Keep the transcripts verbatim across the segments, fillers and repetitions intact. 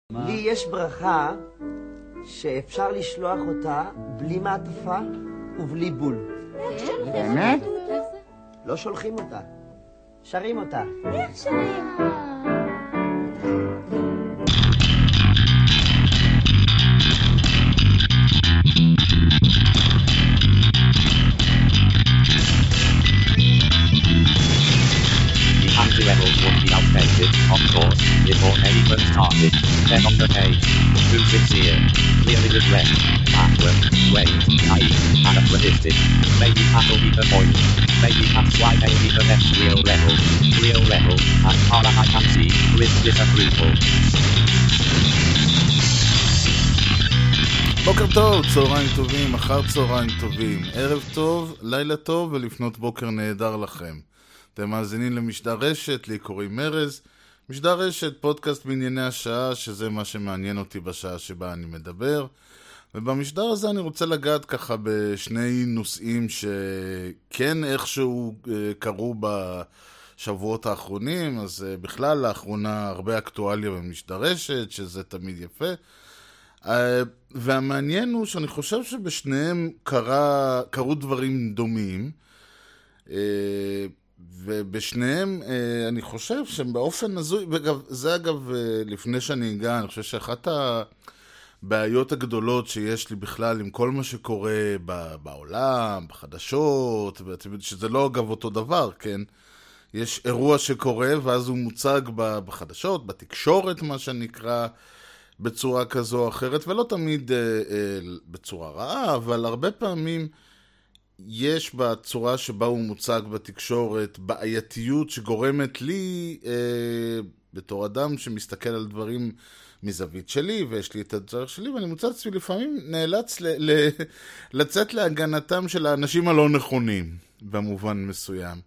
לי יש ברכה שאפשר לשלוח אותה בלי מעטפה ובלי בול. באמת? לא שולחים אותה, שרים אותה. איך שרים? The levels would be outdated, of course, before anyone started. Then on the page, who's sincere, clearly regret, backward, wait, naive, anachronistic. Maybe that'll be the point. Maybe that's why they be the next real level. Real level, as far as I can see, with disapproval. בוקר טוב, צהריים טובים, אחר צהריים טובים, ערב טוב, לילה טוב ולפנות בוקר נהדר לכם. אתם מאזינים למשדר רשת, לי קוראים מרז. משדר רשת, פודקאסט בענייני השעה, שזה מה שמעניין אותי בשעה שבה אני מדבר. ובמשדר הזה אני רוצה לגעת ככה בשני נושאים שכן איכשהו קרו בשבועות האחרונים. אז בכלל לאחרונה הרבה אקטואליה במשדר רשת, שזה תמיד יפה. והמעניין הוא שאני חושב שבשניהם קרה, קרו דברים דומים. ובשניהם אני חושב שבאופן הזוי, וזה אגב לפני שאני אגע, אני חושב שאחת הבעיות הגדולות שיש לי בכלל עם כל מה שקורה בעולם, בחדשות, שזה לא אגב אותו דבר, כן? יש אירוע שקורה ואז הוא מוצג בחדשות, בתקשורת מה שנקרא, בצורה כזו או אחרת, ולא תמיד בצורה רעה, אבל הרבה פעמים יש בצורה שבה הוא מוצג בתקשורת בעייתיות שגורמת לי אה, בתור אדם שמסתכל על דברים מזווית שלי, ויש לי את הדרך שלי, ואני מוצא עצמי לפעמים נאלץ ל- ל- לצאת להגנתם של האנשים הלא נכונים במובן מסוים.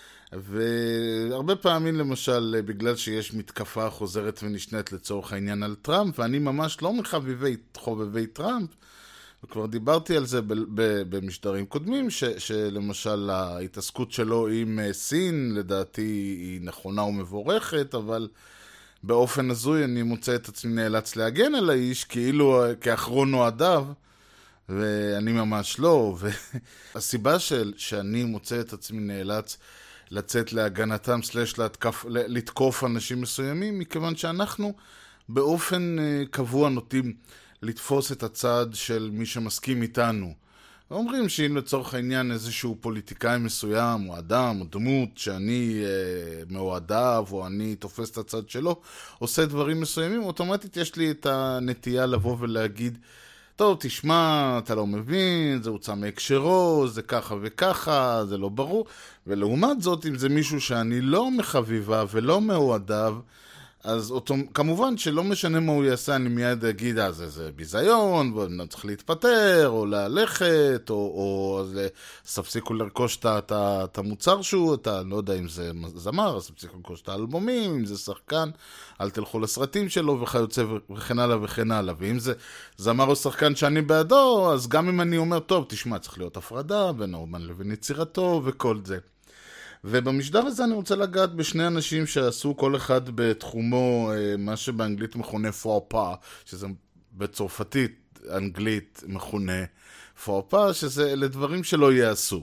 והרבה פעמים למשל בגלל שיש מתקפה חוזרת ונשנית לצורך העניין על טראמפ, ואני ממש לא מחביבי חובבי טראמפ, וכבר דיברתי על זה במשדרים קודמים, ש, שלמשל ההתעסקות שלו עם סין לדעתי היא נכונה ומבורכת, אבל באופן הזוי אני מוצא את עצמי נאלץ להגן על האיש כאילו כאחרון אוהדיו, ואני ממש לא. והסיבה של, שאני מוצא את עצמי נאלץ לצאת להגנתם סלש להתקף, לתקוף אנשים מסוימים, מכיוון שאנחנו באופן קבוע נוטים לתפוס את הצד של מי שמסכים איתנו. אומרים שאם לצורך העניין איזשהו פוליטיקאי מסוים, או אדם, או דמות, שאני אה, מאוהדיו, או אני תופס את הצד שלו, עושה דברים מסוימים, אוטומטית יש לי את הנטייה לבוא ולהגיד, טוב, תשמע, אתה לא מבין, זה הוצא מהקשרו, זה ככה וככה, זה לא ברור. ולעומת זאת, אם זה מישהו שאני לא מחביבה ולא מאוהדיו, אז אותו, כמובן שלא משנה מה הוא יעשה, אני מיד אגיד, אז זה, זה ביזיון, צריך להתפטר, או ללכת, או, או אז ספסיקו לרכוש את המוצר שהוא, אתה לא יודע אם זה זמר, אז ספסיקו לרכוש את האלבומים, אם זה שחקן, אל תלכו לסרטים שלו, וכיוצא וכן הלאה וכן הלאה. ואם זה זמר או שחקן שאני בעדו, אז גם אם אני אומר, טוב, תשמע, צריך להיות הפרדה בין האומן לבין יצירתו וכל זה. ובמשדר הזה אני רוצה לגעת בשני אנשים שעשו כל אחד בתחומו מה שבאנגלית מכונה פורפה, שזה בצרפתית אנגלית מכונה פורפה, שזה אלה דברים שלא יעשו,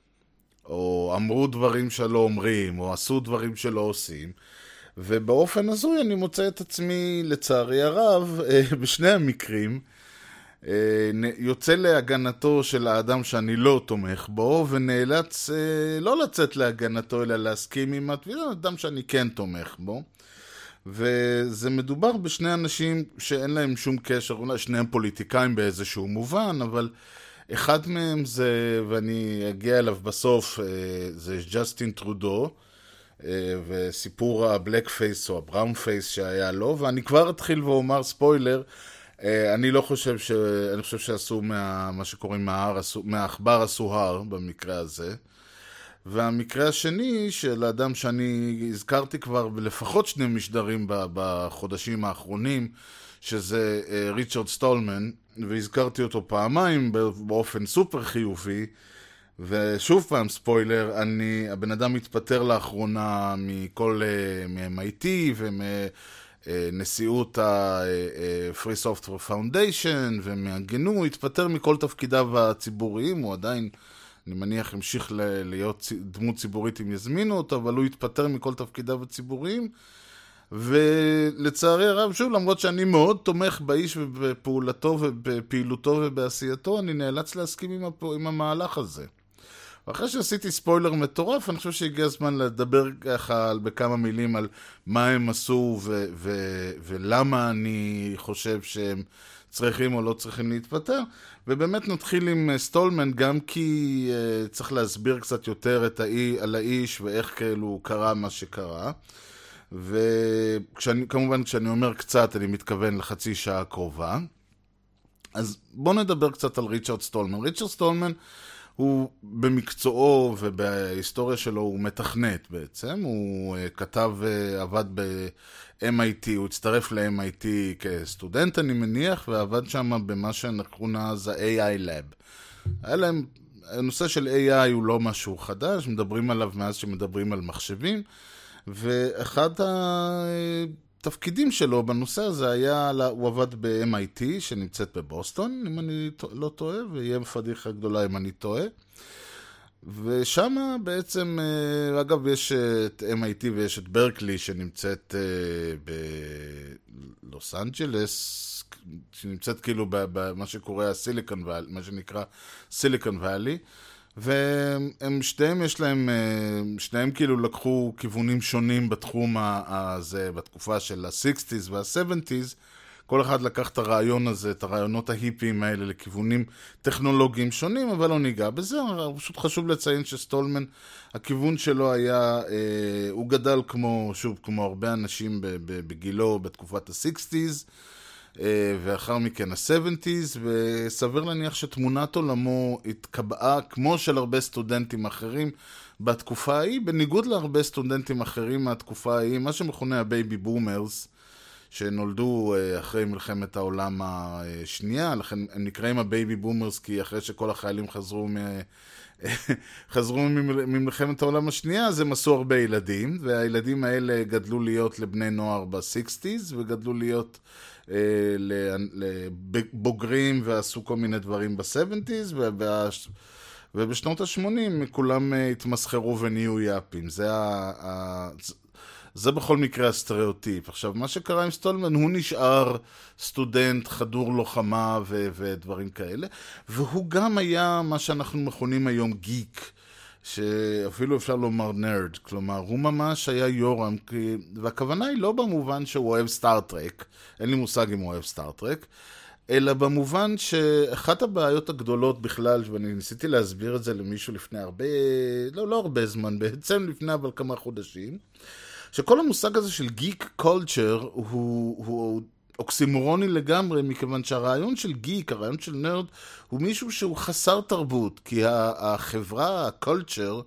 או אמרו דברים שלא אומרים, או עשו דברים שלא עושים. ובאופן הזוי אני מוצא את עצמי לצערי הרב בשני המקרים יוצא להגנתו של האדם שאני לא תומך בו, ונאלץ לא לצאת להגנתו אלא להסכים עם האדם שאני כן תומך בו. וזה מדובר בשני אנשים שאין להם שום קשר, אולי שניהם פוליטיקאים באיזשהו מובן, אבל אחד מהם זה, ואני אגיע אליו בסוף, זה ג'סטין טרודו, וסיפור הבלק פייס או הבראון פייס שהיה לו, ואני כבר אתחיל ואומר ספוילר, אני לא חושב ש... אני חושב שעשו מה, מה שקוראים מההר, מהאחבר הסוהר במקרה הזה. והמקרה השני של האדם שאני הזכרתי כבר לפחות שני משדרים בחודשים האחרונים, שזה ריצ'רד סטולמן, והזכרתי אותו פעמיים באופן סופר חיובי, ושוב פעם ספוילר, אני, הבן אדם מתפטר לאחרונה מכל, מ-אם איי טי ומ... נשיאות ה-Free Software Foundation, ומהגנו, הוא התפטר מכל תפקידיו הציבוריים, הוא עדיין, אני מניח, המשיך להיות דמות ציבורית אם יזמינו אותו, אבל הוא התפטר מכל תפקידיו הציבוריים, ולצערי הרב, שוב, למרות שאני מאוד תומך באיש ובפעולתו ובפעילותו ובעשייתו, אני נאלץ להסכים עם, הפ... עם המהלך הזה. ואחרי שעשיתי ספוילר מטורף, אני חושב שהגיע הזמן לדבר ככה בכמה מילים על מה הם עשו ו- ו- ולמה אני חושב שהם צריכים או לא צריכים להתפטר. ובאמת נתחיל עם סטולמן, גם כי uh, צריך להסביר קצת יותר את האי, על האיש ואיך כאילו קרה מה שקרה. וכמובן כשאני אומר קצת, אני מתכוון לחצי שעה קרובה. אז בואו נדבר קצת על ריצ'רד סטולמן. ריצ'רד סטולמן הוא במקצועו ובהיסטוריה שלו הוא מתכנת בעצם, הוא uh, כתב, uh, עבד ב-אם איי טי, הוא הצטרף ל-אם איי טי כסטודנט אני מניח, ועבד שם במה שנכונה אז ה-איי איי Lab. היה להם, הנושא של איי איי הוא לא משהו חדש, מדברים עליו מאז שמדברים על מחשבים, ואחד התפקידים שלו בנושא הזה היה, הוא עבד ב-אם איי טי שנמצאת בבוסטון, אם אני לא טועה, ויהיה פדיחה גדולה אם אני טועה. ושם בעצם, אגב, יש את אם איי טי ויש את ברקלי שנמצאת בלוס אנג'לס, שנמצאת כאילו במה שקורה הסיליקון ואלי, מה שנקרא סיליקון ואלי, והם שתיהם יש להם, שניהם כאילו לקחו כיוונים שונים בתחום הזה, בתקופה של ה-שישים וה-שבעים. כל אחד לקח את הרעיון הזה, את הרעיונות ההיפיים האלה לכיוונים טכנולוגיים שונים, אבל לא ניגע בזה. פשוט חשוב לציין שסטולמן, הכיוון שלו היה, הוא גדל כמו, שוב, כמו הרבה אנשים בגילו בתקופת ה-שישים, ואחר מכן ה-שבעים, וסביר להניח שתמונת עולמו התקבעה כמו של הרבה סטודנטים אחרים בתקופה ההיא, בניגוד להרבה סטודנטים אחרים מהתקופה ההיא, מה שמכונה הבייבי בומרס, שנולדו אחרי מלחמת העולם השנייה, לכן הם נקראים הבייבי בומרס, כי אחרי שכל החיילים חזרו מ... חזרו ממלחמת העולם השנייה, אז הם עשו הרבה ילדים, והילדים האלה גדלו להיות לבני נוער ב-שישים, וגדלו להיות לבוגרים ועשו כל מיני דברים ב-שבעים, ובשנות ה-שמונים כולם התמסחרו ונהיו יאפים. זה ה... זה בכל מקרה הסטריאוטיפ. עכשיו, מה שקרה עם סטולמן, הוא נשאר סטודנט, חדור לוחמה ו- ודברים כאלה, והוא גם היה מה שאנחנו מכונים היום גיק, שאפילו אפשר לומר נרד, כלומר, הוא ממש היה יורם, והכוונה היא לא במובן שהוא אוהב סטארטרק, אין לי מושג אם הוא אוהב סטארטרק, אלא במובן שאחת הבעיות הגדולות בכלל, ואני ניסיתי להסביר את זה למישהו לפני הרבה, לא, לא הרבה זמן, בעצם לפני אבל כמה חודשים, שכל המושג הזה של גיק קולצ'ר הוא, הוא אוקסימורוני לגמרי, מכיוון שהרעיון של גיק, הרעיון של נרד, הוא מישהו שהוא חסר תרבות, כי החברה, הקולצ'ר,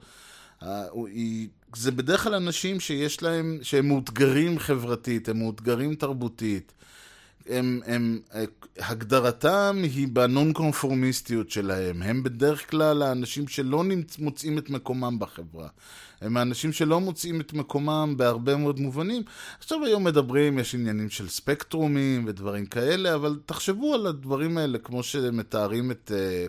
זה בדרך כלל אנשים שיש להם, שהם מאותגרים חברתית, הם מאותגרים תרבותית, הם, הם, הגדרתם היא בנון-קונפורמיסטיות שלהם. הם בדרך כלל האנשים שלא מוצאים את מקומם בחברה. הם האנשים שלא מוצאים את מקומם בהרבה מאוד מובנים. עכשיו היום מדברים, יש עניינים של ספקטרומים ודברים כאלה, אבל תחשבו על הדברים האלה כמו שמתארים את...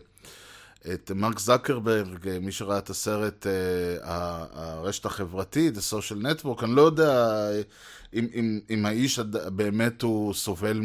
את מרק זקרברג, מי שראה את הסרט הרשת החברתית, The Social Network, אני לא יודע אם, אם, אם האיש באמת הוא סובל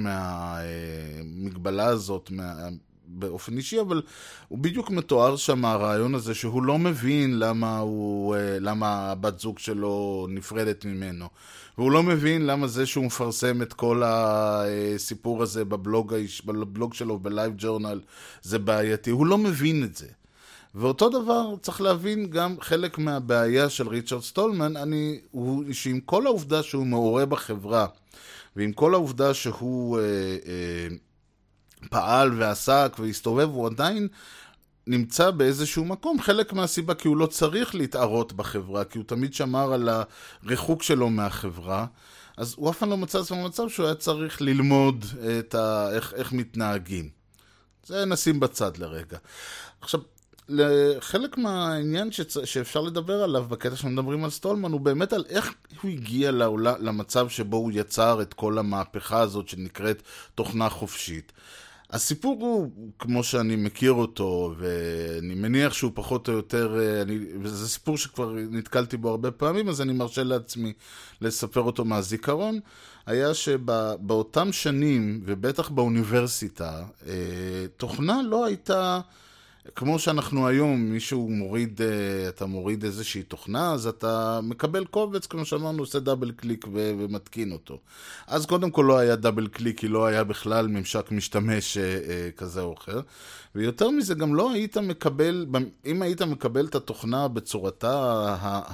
מהמגבלה הזאת מה, באופן אישי, אבל הוא בדיוק מתואר שם הרעיון הזה שהוא לא מבין למה, הוא, למה הבת זוג שלו נפרדת ממנו. והוא לא מבין למה זה שהוא מפרסם את כל הסיפור הזה בבלוג, בבלוג שלו, בלייב ג'ורנל, זה בעייתי. הוא לא מבין את זה. ואותו דבר צריך להבין גם חלק מהבעיה של ריצ'רד סטולמן, אני, הוא, שעם כל העובדה שהוא מעורה בחברה, ועם כל העובדה שהוא אה, אה, פעל ועסק והסתובב, הוא עדיין נמצא באיזשהו מקום, חלק מהסיבה כי הוא לא צריך להתערות בחברה, כי הוא תמיד שמר על הריחוק שלו מהחברה, אז הוא אף פעם לא מצא עצמו במצב שהוא היה צריך ללמוד את ה... איך, איך מתנהגים. זה נשים בצד לרגע. עכשיו, חלק מהעניין שצ... שאפשר לדבר עליו בקטע שמדברים על סטולמן הוא באמת על איך הוא הגיע לעולה, למצב שבו הוא יצר את כל המהפכה הזאת שנקראת תוכנה חופשית. הסיפור הוא, כמו שאני מכיר אותו, ואני מניח שהוא פחות או יותר, אני, וזה סיפור שכבר נתקלתי בו הרבה פעמים, אז אני מרשה לעצמי לספר אותו מהזיכרון, היה שבאותם שנים, ובטח באוניברסיטה, תוכנה לא הייתה, כמו שאנחנו היום, מישהו מוריד, אתה מוריד איזושהי תוכנה, אז אתה מקבל קובץ, כמו שאמרנו, עושה דאבל קליק ו- ומתקין אותו. אז קודם כל לא היה דאבל קליק, כי לא היה בכלל ממשק משתמש כזה או אחר. ויותר מזה, גם לא היית מקבל, אם היית מקבל את התוכנה בצורתה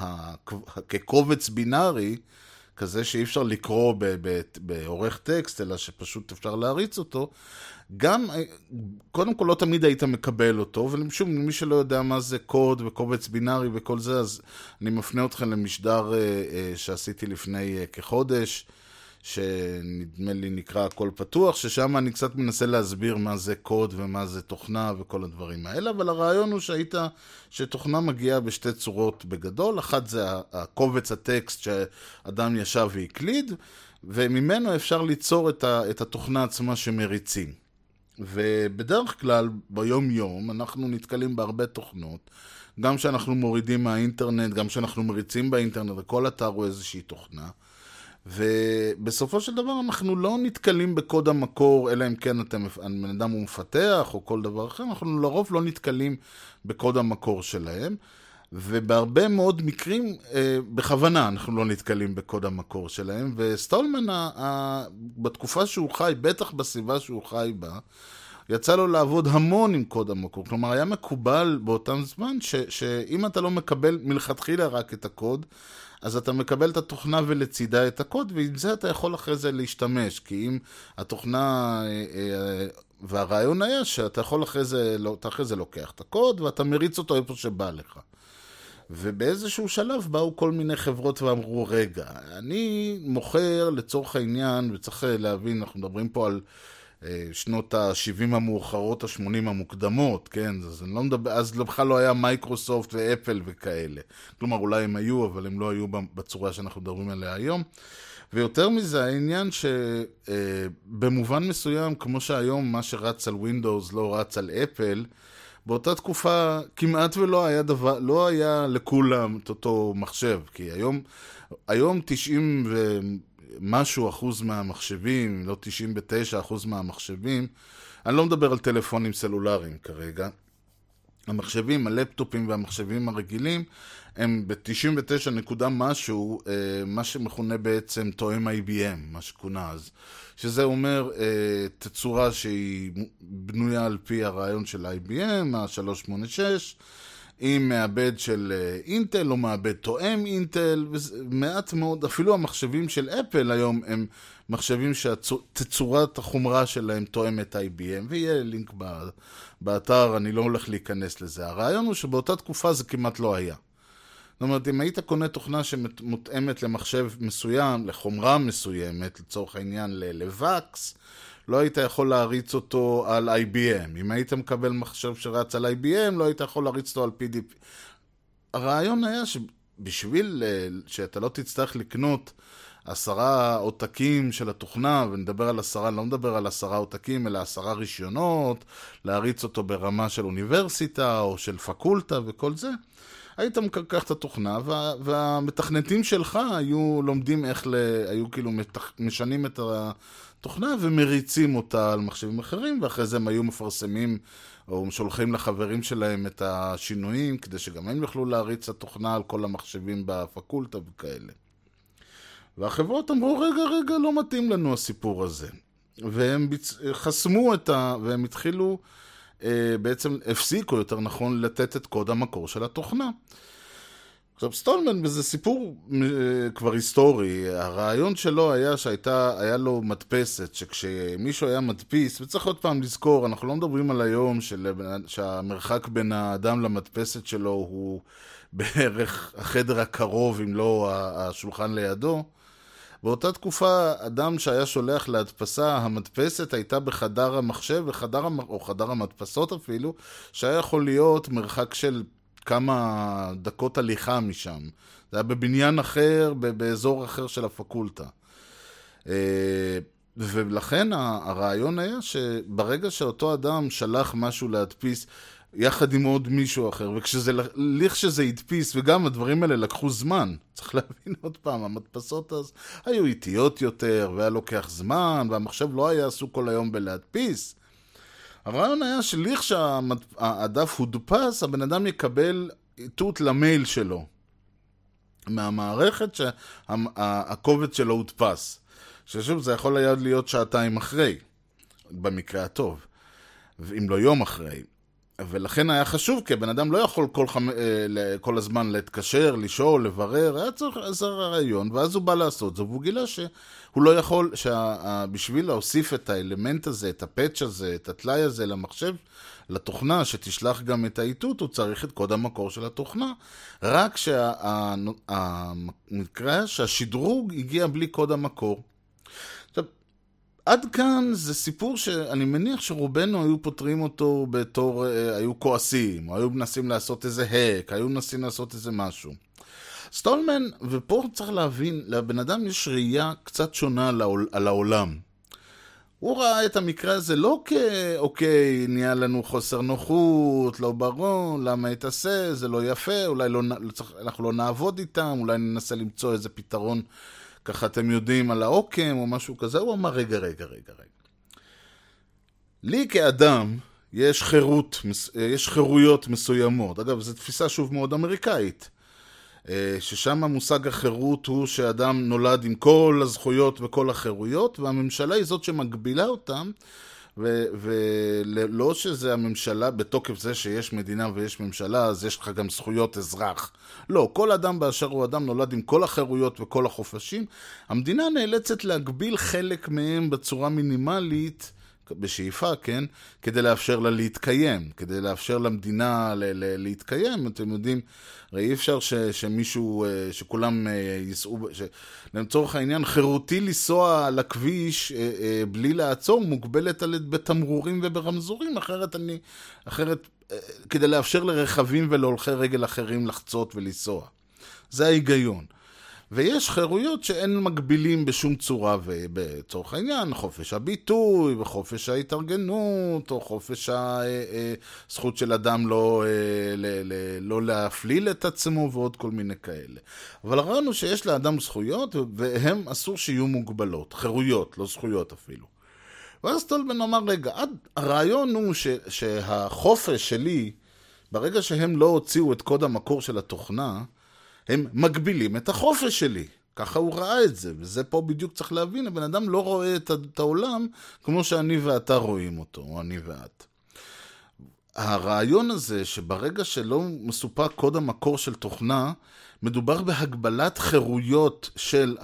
כקובץ בינארי, כזה שאי אפשר לקרוא בעורך טקסט, אלא שפשוט אפשר להריץ אותו, גם, קודם כל לא תמיד היית מקבל אותו, ולמשום מי שלא יודע מה זה קוד וקובץ בינארי וכל זה, אז אני מפנה אתכם למשדר שעשיתי לפני כחודש, שנדמה לי נקרא הכל פתוח, ששם אני קצת מנסה להסביר מה זה קוד ומה זה תוכנה וכל הדברים האלה, אבל הרעיון הוא שהיית, שתוכנה מגיעה בשתי צורות בגדול, אחת זה הקובץ הטקסט שאדם ישב והקליד, וממנו אפשר ליצור את, ה, את התוכנה עצמה שמריצים. ובדרך כלל ביום יום אנחנו נתקלים בהרבה תוכנות, גם שאנחנו מורידים מהאינטרנט, גם שאנחנו מריצים באינטרנט, וכל אתר הוא איזושהי תוכנה. ובסופו של דבר אנחנו לא נתקלים בקוד המקור, אלא אם כן אתם, בן אדם הוא מפתח או כל דבר אחר, אנחנו לרוב לא נתקלים בקוד המקור שלהם, ובהרבה מאוד מקרים, בכוונה אנחנו לא נתקלים בקוד המקור שלהם, וסטולמן, בתקופה שהוא חי, בטח בסביבה שהוא חי בה, יצא לו לעבוד המון עם קוד המקור. כלומר, היה מקובל באותם זמן, ש, שאם אתה לא מקבל מלכתחילה רק את הקוד, אז אתה מקבל את התוכנה ולצידה את הקוד, ועם זה אתה יכול אחרי זה להשתמש, כי אם התוכנה, והרעיון היה שאתה יכול אחרי זה, אתה אחרי זה לוקח את הקוד, ואתה מריץ אותו איפה שבא לך. ובאיזשהו שלב באו כל מיני חברות ואמרו, רגע, אני מוכר לצורך העניין, וצריך להבין, אנחנו מדברים פה על שנות ה-שבעים המאוחרות, ה-שמונים המוקדמות, כן? אז אני לא מדבר, אז בכלל לא היה מייקרוסופט ואפל וכאלה. כלומר, אולי הם היו, אבל הם לא היו בצורה שאנחנו מדברים עליה היום. ויותר מזה, העניין שבמובן מסוים, כמו שהיום מה שרץ על ווינדוס לא רץ על אפל, באותה תקופה כמעט ולא היה דבר, לא היה לכולם את אותו מחשב, כי היום, היום תשעים ומשהו אחוז מהמחשבים, לא תשעים ותשע אחוז מהמחשבים, אני לא מדבר על טלפונים סלולריים כרגע, המחשבים, הלפטופים והמחשבים הרגילים, הם ב-תשעים ותשע נקודה משהו, מה שמכונה בעצם תואם איי בי אם, מה שכונה אז. שזה אומר תצורה שהיא בנויה על פי הרעיון של איי בי אם, ה-שלוש שמונה שש, עם מעבד של אינטל או מעבד תואם אינטל, ומעט מאוד, אפילו המחשבים של אפל היום הם מחשבים שתצורת החומרה שלהם תואמת איי בי אם, ויהיה לינק באתר, אני לא הולך להיכנס לזה. הרעיון הוא שבאותה תקופה זה כמעט לא היה. זאת אומרת, אם היית קונה תוכנה שמותאמת למחשב מסוים, לחומרה מסוימת, לצורך העניין לוואקס, לא היית יכול להריץ אותו על איי בי אם. אם היית מקבל מחשב שרץ על איי בי אם, לא היית יכול להריץ אותו על פי די פי. הרעיון היה שבשביל שאתה לא תצטרך לקנות עשרה עותקים של התוכנה, ונדבר על עשרה, לא מדבר על עשרה עותקים, אלא עשרה רישיונות, להריץ אותו ברמה של אוניברסיטה או של פקולטה וכל זה, היית מקרקח את התוכנה, וה, והמתכנתים שלך היו לומדים איך, ל, היו כאילו מתכ, משנים את התוכנה ומריצים אותה על מחשבים אחרים, ואחרי זה הם היו מפרסמים או שולחים לחברים שלהם את השינויים, כדי שגם הם יוכלו להריץ את התוכנה על כל המחשבים בפקולטה וכאלה. והחברות אמרו, רגע, רגע, לא מתאים לנו הסיפור הזה. והם ביצ... חסמו את ה... והם התחילו, אה, בעצם הפסיקו יותר נכון לתת את קוד המקור של התוכנה. עכשיו, סטולמן, וזה סיפור אה, כבר היסטורי, הרעיון שלו היה שהייתה, היה לו מדפסת, שכשמישהו היה מדפיס, וצריך עוד פעם לזכור, אנחנו לא מדברים על היום של... שהמרחק בין האדם למדפסת שלו הוא בערך החדר הקרוב, אם לא השולחן לידו, באותה תקופה, אדם שהיה שולח להדפסה, המדפסת הייתה בחדר המחשב, בחדר, או חדר המדפסות אפילו, שהיה יכול להיות מרחק של כמה דקות הליכה משם. זה היה בבניין אחר, באזור אחר של הפקולטה. ולכן הרעיון היה שברגע שאותו אדם שלח משהו להדפיס, יחד עם עוד מישהו אחר, וכשזה הדפיס, וגם הדברים האלה לקחו זמן, צריך להבין עוד פעם, המדפסות אז היו איטיות יותר, והיה לוקח זמן, והמחשב לא היה עסוק כל היום בלהדפיס. הרעיון היה שליך שהדף הודפס, הבן אדם יקבל איתות למייל שלו, מהמערכת שהקובץ שלו הודפס. ששוב, זה יכול היה להיות שעתיים אחרי, במקרה הטוב, ואם לא יום אחרי. ולכן היה חשוב, כי הבן אדם לא יכול כל, חמ... כל הזמן להתקשר, לשאול, לברר, היה צריך איזה רעיון, ואז הוא בא לעשות זה, והוא גילה שהוא לא יכול, שבשביל להוסיף את האלמנט הזה, את הפאץ' הזה, את התלאי הזה למחשב, לתוכנה שתשלח גם את האיתות, הוא צריך את קוד המקור של התוכנה, רק שהמקרה שהשדרוג הגיע בלי קוד המקור. עד כאן זה סיפור שאני מניח שרובנו היו פותרים אותו בתור, היו כועסים, היו מנסים לעשות איזה הק, היו מנסים לעשות איזה משהו. סטולמן, ופה צריך להבין, לבן אדם יש ראייה קצת שונה על העולם. הוא ראה את המקרה הזה לא כאוקיי, נהיה לנו חוסר נוחות, לא ברור, למה יתעשה, זה לא יפה, אולי לא, אנחנו לא נעבוד איתם, אולי ננסה למצוא איזה פתרון, ככה אתם יודעים על העוקם או משהו כזה. הוא אמר, רגע, רגע, רגע, רגע. לי כאדם יש חירות, יש חירויות מסוימות. אגב, זו תפיסה שוב מאוד אמריקאית. ששם המושג החירות הוא שאדם נולד עם כל הזכויות וכל החירויות, והממשלה היא זאת שמגבילה אותם, ולא שזה הממשלה, בתוקף זה שיש מדינה ויש ממשלה, אז יש לך גם זכויות אזרח. לא, כל אדם באשר הוא אדם נולד עם כל החירויות וכל החופשים. המדינה נאלצת להגביל חלק מהם בצורה מינימלית, בשאיפה, כן, כדי לאפשר לה להתקיים, כדי לאפשר למדינה ל- ל- להתקיים. אתם יודעים, ראי אפשר ש- שמישהו, שכולם ייסעו, ש- לצורך העניין, חירותי לנסוע לכביש בלי לעצור, מוגבלת על בתמרורים וברמזורים, אחרת אני, אחרת, כדי לאפשר לרכבים ולהולכי רגל אחרים לחצות ולנסוע. זה ההיגיון. ויש חירויות שאין מגבילים בשום צורה, ובצורך העניין, חופש הביטוי, וחופש ההתארגנות, או חופש הזכות של אדם לא, לא להפליל את עצמו, ועוד כל מיני כאלה. אבל הרעיון הוא שיש לאדם זכויות, והם אסור שיהיו מוגבלות, חירויות, לא זכויות אפילו. ואז סטולמן אמר, רגע, הרעיון הוא ש, שהחופש שלי, ברגע שהם לא הוציאו את קוד המקור של התוכנה, הם מגבילים את החופש שלי. ככה הוא ראה את זה, וזה פה בדיוק צריך להבין, הבן אדם לא רואה את העולם כמו שאני ואתה רואים אותו, או אני ואת. הרעיון הזה שברגע שלא מסופק קוד המקור של תוכנה, מדובר בהגבלת חירויות של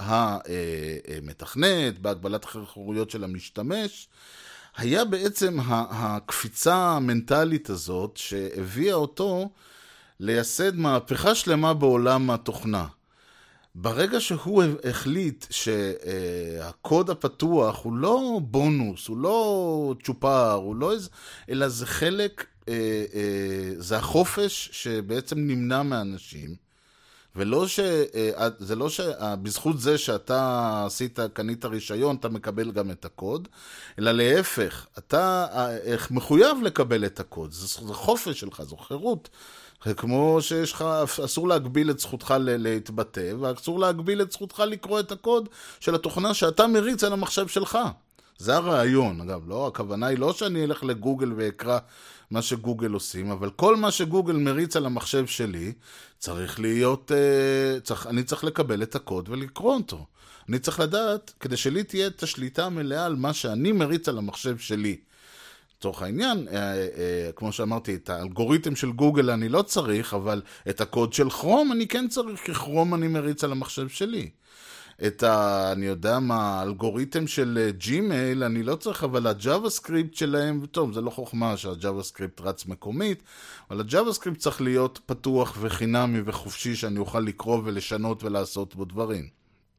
המתכנת, בהגבלת חירויות של המשתמש, היה בעצם הקפיצה המנטלית הזאת שהביאה אותו לייסד מהפכה שלמה בעולם התוכנה. ברגע שהוא החליט שהקוד הפתוח הוא לא בונוס, הוא לא צ'ופר, הוא לא איזה, אלא זה חלק, זה החופש שבעצם נמנע מאנשים, ולא ש... זה לא שבזכות זה שאתה עשית, קנית רישיון, אתה מקבל גם את הקוד, אלא להפך, אתה מחויב לקבל את הקוד, זה חופש שלך, זו חירות. כמו שיש לך, אסור להגביל את זכותך להתבטא, ואסור להגביל את זכותך לקרוא את הקוד של התוכנה שאתה מריץ על המחשב שלך. זה הרעיון, אגב, לא, הכוונה היא לא שאני אלך לגוגל ואקרא מה שגוגל עושים, אבל כל מה שגוגל מריץ על המחשב שלי, צריך להיות, צריך, אני צריך לקבל את הקוד ולקרוא אותו. אני צריך לדעת, כדי שלי תהיה את השליטה המלאה על מה שאני מריץ על המחשב שלי. לצורך העניין, כמו שאמרתי, את האלגוריתם של גוגל אני לא צריך, אבל את הקוד של כרום אני כן צריך, כי כרום אני מריץ על המחשב שלי. את ה... אני יודע מה, האלגוריתם של ג'ימייל אני לא צריך, אבל הג'אווה סקריפט שלהם, טוב, זה לא חוכמה שהג'אווה סקריפט רץ מקומית, אבל הג'אווה סקריפט צריך להיות פתוח וחינמי וחופשי, שאני אוכל לקרוא ולשנות ולעשות בו דברים.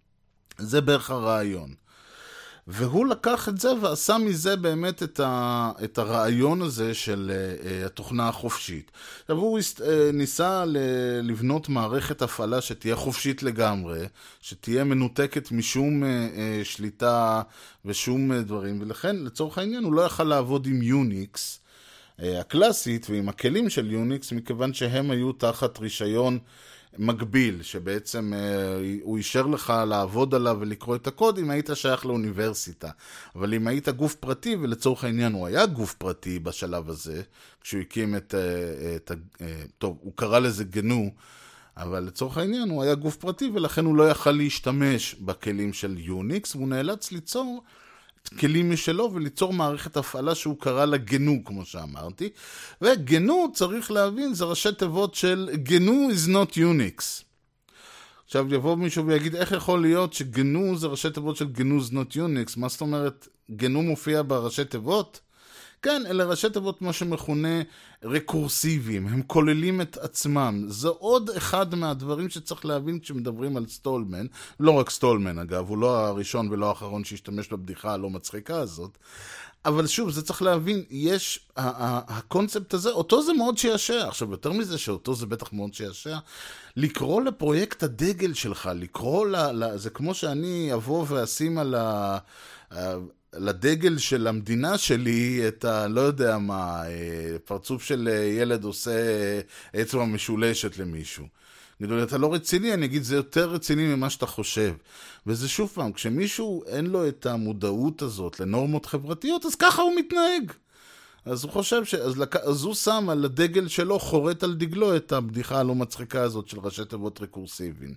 זה בערך הרעיון. והוא לקח את זה ועשה מזה באמת את, ה, את הרעיון הזה של uh, התוכנה החופשית. עכשיו הוא uh, ניסה ל, לבנות מערכת הפעלה שתהיה חופשית לגמרי, שתהיה מנותקת משום uh, uh, שליטה ושום uh, דברים, ולכן לצורך העניין הוא לא יכל לעבוד עם יוניקס uh, הקלאסית ועם הכלים של יוניקס, מכיוון שהם היו תחת רישיון מקביל, שבעצם אה, הוא אישר לך לעבוד עליו ולקרוא את הקוד אם היית שייך לאוניברסיטה. אבל אם היית גוף פרטי, ולצורך העניין הוא היה גוף פרטי בשלב הזה, כשהוא הקים את, אה, את אה, טוב, הוא קרא לזה גנו, אבל לצורך העניין הוא היה גוף פרטי, ולכן הוא לא יכל להשתמש בכלים של יוניקס, והוא נאלץ ליצור כלים משלו וליצור מערכת הפעלה שהוא קרא לה גנו, כמו שאמרתי. וגנו, צריך להבין, זה ראשי תיבות של גנו is not Unix. עכשיו יבוא מישהו ויגיד, איך יכול להיות שגנו זה ראשי תיבות של גנו is not Unix? מה זאת אומרת, גנו מופיע בראשי תיבות? כן, אלה ראשי תיבות מה שמכונה רקורסיביים, הם כוללים את עצמם. זה עוד אחד מהדברים שצריך להבין כשמדברים על סטולמן, לא רק סטולמן אגב, הוא לא הראשון ולא האחרון שהשתמש בבדיחה הלא מצחיקה הזאת, אבל שוב, זה צריך להבין, יש, הקונספט הזה, אותו זה מאוד שישע, עכשיו יותר מזה שאותו זה בטח מאוד שישע, לקרוא לפרויקט הדגל שלך, לקרוא, ל, זה כמו שאני אבוא ואשים על ה... לדגל של המדינה שלי את ה... לא יודע מה, פרצוף של ילד עושה אצבע משולשת למישהו. גדול, אתה לא רציני, אני אגיד, זה יותר רציני ממה שאתה חושב. וזה שוב פעם, כשמישהו אין לו את המודעות הזאת לנורמות חברתיות, אז ככה הוא מתנהג. אז הוא חושב ש... אז, לק... אז הוא שם על הדגל שלו, חורט על דגלו את הבדיחה הלא מצחיקה הזאת של ראשי תיבות רקורסיביים.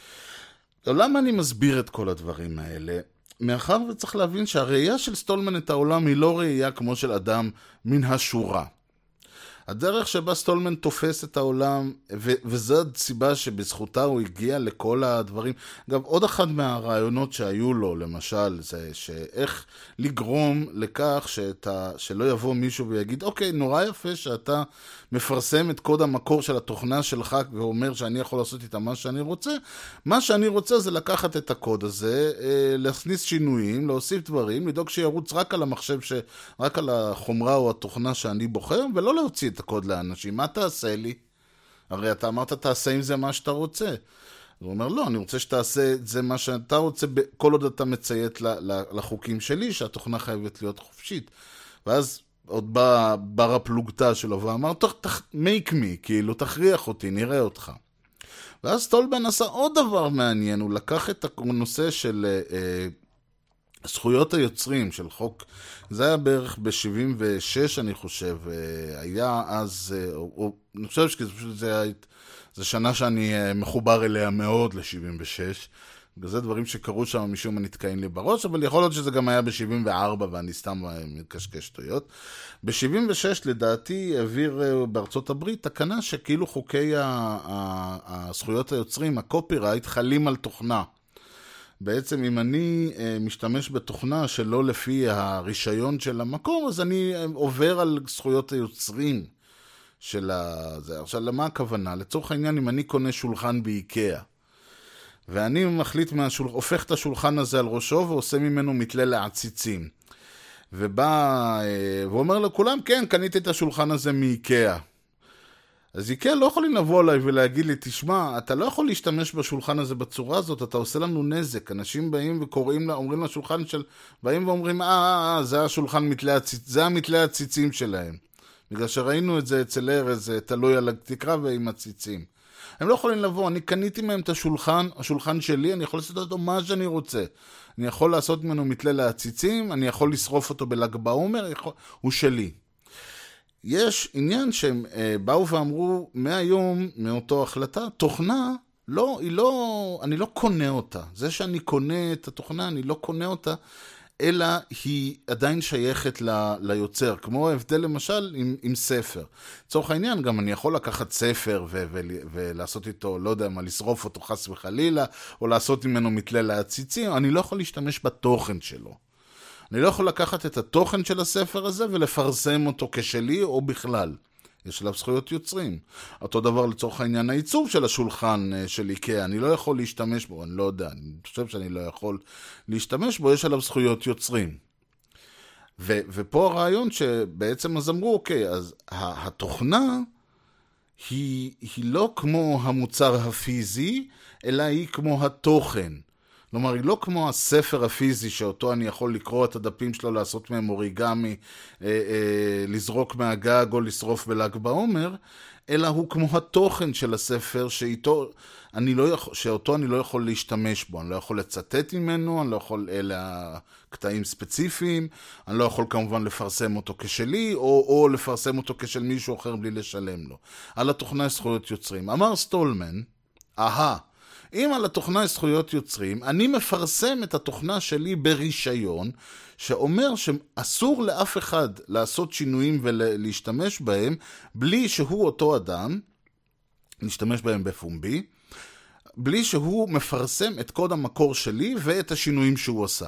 למה אני מסביר את כל הדברים האלה? מאחר וצריך להבין שהראייה של סטולמן את העולם היא לא ראייה כמו של אדם מן השורה. הדרך שבה סטולמן תופס את העולם, ו- וזו הסיבה שבזכותה הוא הגיע לכל הדברים. אגב, עוד אחד מהרעיונות שהיו לו, למשל, זה שאיך לגרום לכך שאתה, שלא יבוא מישהו ויגיד, אוקיי, נורא יפה שאתה מפרסם את קוד המקור של התוכנה שלך, ואומר שאני יכול לעשות איתה מה שאני רוצה. מה שאני רוצה זה לקחת את הקוד הזה, להכניס שינויים, להוסיף דברים, לדאוג שירוץ רק על המחשב, ש... רק על החומרה או התוכנה שאני בוחר, ולא להוציא את הקוד לאנשים. מה תעשה לי? הרי אתה אמרת, תעשה עם זה מה שאתה רוצה. הוא אומר, לא, אני רוצה שתעשה את זה מה שאתה רוצה, כל עוד אתה מציית לחוקים שלי, שהתוכנה חייבת להיות חופשית. ואז עוד בא בר הפלוגתה שלו ואמר, make me, כאילו תכריח אותי, נראה אותך. ואז סטולמן עשה עוד דבר מעניין, הוא לקח את הנושא של אה, זכויות היוצרים של חוק, זה היה בערך ב-שבעים ושש אני חושב, אה, היה אז, אה, או, או, אני חושב שזה היה, זה שנה שאני מחובר אליה מאוד ל-שבעים ושש, וזה דברים שקרו שם משום מה נתקעים לי בראש, אבל יכול להיות שזה גם היה ב-שבעים וארבע ואני סתם מקשקש שטויות. ב-שבעים ושש לדעתי העביר בארצות הברית תקנה שכאילו חוקי הזכויות היוצרים, הקופירייט, חלים על תוכנה. בעצם אם אני משתמש בתוכנה שלא לפי הרישיון של המקור, אז אני עובר על זכויות היוצרים של זה. עכשיו, למה הכוונה? לצורך העניין, אם אני קונה שולחן באיקאה, ואני מחליט, מהשול... הופך את השולחן הזה על ראשו ועושה ממנו מתלה לעציצים. ובא, ואומר לכולם, כן, קניתי את השולחן הזה מאיקאה. אז איקאה לא יכולים לבוא אליי ולהגיד לי, תשמע, אתה לא יכול להשתמש בשולחן הזה בצורה הזאת, אתה עושה לנו נזק. אנשים באים וקוראים, אומרים לשולחן של, באים ואומרים, אה, אה, אה, זה השולחן מתלה הציצים, זה המתלה הציצים שלהם. בגלל שראינו את זה אצל ארז, תלוי על התקרה ועם הציצים. הם לא יכולים לבוא, אני קניתי מהם את השולחן, השולחן שלי, אני יכול לעשות אותו מה שאני רוצה. אני יכול לעשות ממנו מתלה לעציצים, אני יכול לשרוף אותו בל"ג בעומר, יכול... הוא שלי. יש עניין שהם אה, באו ואמרו, מהיום, מאותו החלטה, תוכנה, לא, היא לא, אני לא קונה אותה. זה שאני קונה את התוכנה, אני לא קונה אותה, אלא היא עדיין שייכת ל, ליוצר, כמו ההבדל למשל עם, עם ספר. לצורך העניין, גם אני יכול לקחת ספר ו, ו, ולעשות איתו, לא יודע מה, לשרוף אותו חס וחלילה, או לעשות ממנו מתלה לעציצים, אני לא יכול להשתמש בתוכן שלו. אני לא יכול לקחת את התוכן של הספר הזה ולפרסם אותו כשלי או בכלל. יש עליו זכויות יוצרים. אותו דבר לצורך העניין העיצוב של השולחן של איקאה, אני לא יכול להשתמש בו, אני לא יודע, אני חושב שאני לא יכול להשתמש בו, יש עליו זכויות יוצרים. ו- ופה הרעיון שבעצם אז אמרו, אוקיי, אז התוכנה היא, היא לא כמו המוצר הפיזי, אלא היא כמו התוכן. כלומר, היא לא כמו הספר הפיזי שאותו אני יכול לקרוא את הדפים שלו, לעשות מהם אוריגמי, אה, אה, לזרוק מהגג או לשרוף בל"ג בעומר, אלא הוא כמו התוכן של הספר שאיתו, אני לא יכול, שאותו אני לא יכול להשתמש בו, אני לא יכול לצטט ממנו, אני לא יכול, אלה קטעים ספציפיים, אני לא יכול כמובן לפרסם אותו כשלי, או, או לפרסם אותו כשל מישהו אחר בלי לשלם לו. על התוכנה יש זכויות יוצרים. אמר סטולמן, אהה, אם על התוכנה יש זכויות יוצרים, אני מפרסם את התוכנה שלי ברישיון, שאומר שאסור לאף אחד לעשות שינויים ולהשתמש בהם, בלי שהוא אותו אדם, להשתמש בהם בפומבי, בלי שהוא מפרסם את קוד המקור שלי ואת השינויים שהוא עשה.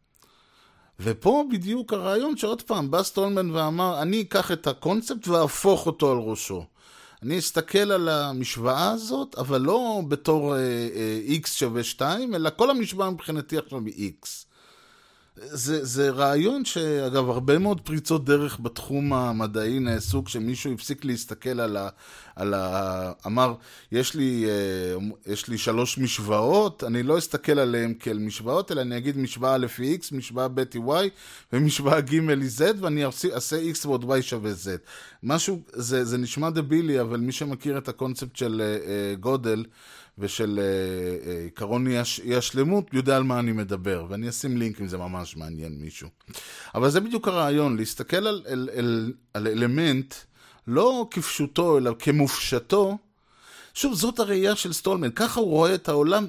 ופה בדיוק הרעיון שעוד פעם בא סטולמן ואמר, אני אקח את הקונספט והפוך אותו על ראשו. אני אסתכל על המשוואה הזאת, אבל לא בתור אה, אה, X שווה שתיים, אלא כל המשוואה מבחינתי עכשיו היא X. זה, זה רעיון שאגב הרבה מאוד פריצות דרך בתחום המדעי נעשו כשמישהו הפסיק להסתכל על ה... על ה אמר, יש לי, יש לי שלוש משוואות, אני לא אסתכל עליהן כאל משוואות, אלא אני אגיד משוואה א' היא X, משוואה ב' היא Y, ומשוואה ג' היא Z, ואני אעשה X ועוד Y שווה Z. משהו, זה, זה נשמע דבילי, אבל מי שמכיר את הקונספט של uh, גודל, ושל uh, עיקרון אי השלמות, יודע על מה אני מדבר, ואני אשים לינק אם זה ממש מעניין מישהו. אבל זה בדיוק הרעיון, להסתכל על, על, על, על אלמנט, לא כפשוטו, אלא כמופשטו. שוב, זאת הראייה של סטולמן, ככה הוא רואה את העולם,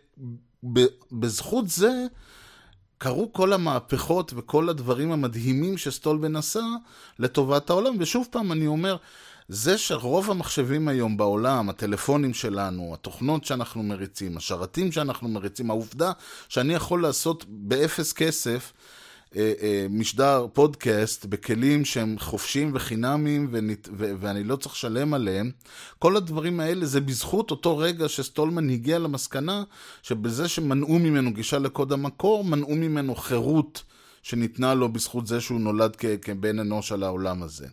ובזכות זה קרו כל המהפכות וכל הדברים המדהימים שסטולמן עשה לטובת העולם, ושוב פעם אני אומר, זה שרוב המחשבים היום בעולם, הטלפונים שלנו, התוכנות שאנחנו מריצים, השרתים שאנחנו מריצים, העובדה שאני יכול לעשות באפס כסף משדר פודקאסט בכלים שהם חופשיים וחינמים ונת... ו... ואני לא צריך לשלם עליהם, כל הדברים האלה זה בזכות אותו רגע שסטולמן הגיע למסקנה שבזה שמנעו ממנו גישה לקוד המקור, מנעו ממנו חירות שניתנה לו בזכות זה שהוא נולד כ... כבן אנוש על העולם הזה.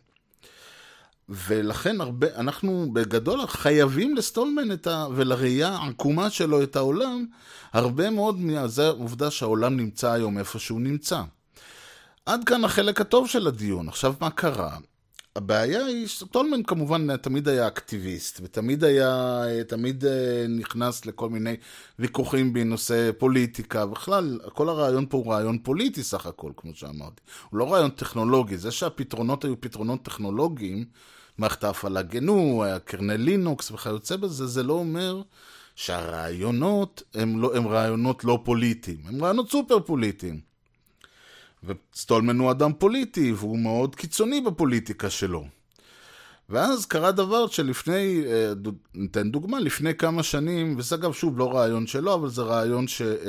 ולכן הרבה, אנחנו בגדול חייבים לסטולמן את ה, ולראייה העקומה שלו את העולם, הרבה מאוד מזה העובדה שהעולם נמצא היום איפה שהוא נמצא. עד כאן החלק הטוב של הדיון. עכשיו מה קרה? הבעיה היא שסטולמן כמובן תמיד היה אקטיביסט, ותמיד היה, תמיד נכנס לכל מיני ויכוחים בנושא פוליטיקה, בכלל כל הרעיון פה הוא רעיון פוליטי סך הכל, כמו שאמרתי. הוא לא רעיון טכנולוגי, זה שהפתרונות היו פתרונות טכנולוגיים, מערכת ההפעלה גנו, קרנל לינוקס וכיוצא בזה, זה לא אומר שהרעיונות הם, לא, הם רעיונות לא פוליטיים, הם רעיונות סופר פוליטיים. וסטולמן הוא אדם פוליטי, והוא מאוד קיצוני בפוליטיקה שלו. ואז קרה דבר שלפני, ניתן דוגמה, לפני כמה שנים, וזה אגב שוב לא רעיון שלו, אבל זה רעיון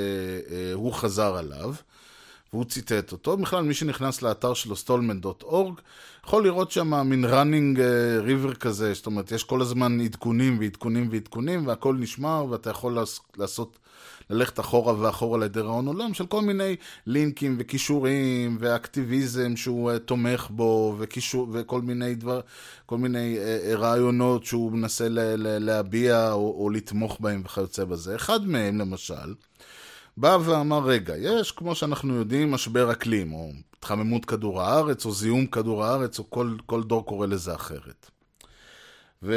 שהוא חזר עליו, והוא ציטט אותו. בכלל מי שנכנס לאתר שלו סטולמן דוט אורג, יכול לראות שם מין running river כזה, זאת אומרת יש כל הזמן עדכונים ועדכונים ועדכונים, והכל נשמר, ואתה יכול לעשות, ללכת אחורה ואחורה לדיראון עולם של כל מיני לינקים וקישורים ואקטיביזם שהוא תומך בו וקישור, וכל מיני דבר, כל מיני רעיונות שהוא מנסה להביע או, או לתמוך בהם וכיוצא בזה. אחד מהם למשל בא ואמר, רגע, יש כמו שאנחנו יודעים משבר אקלים או התחממות כדור הארץ או זיהום כדור הארץ או כל, כל דור קורא לזה אחרת. ו...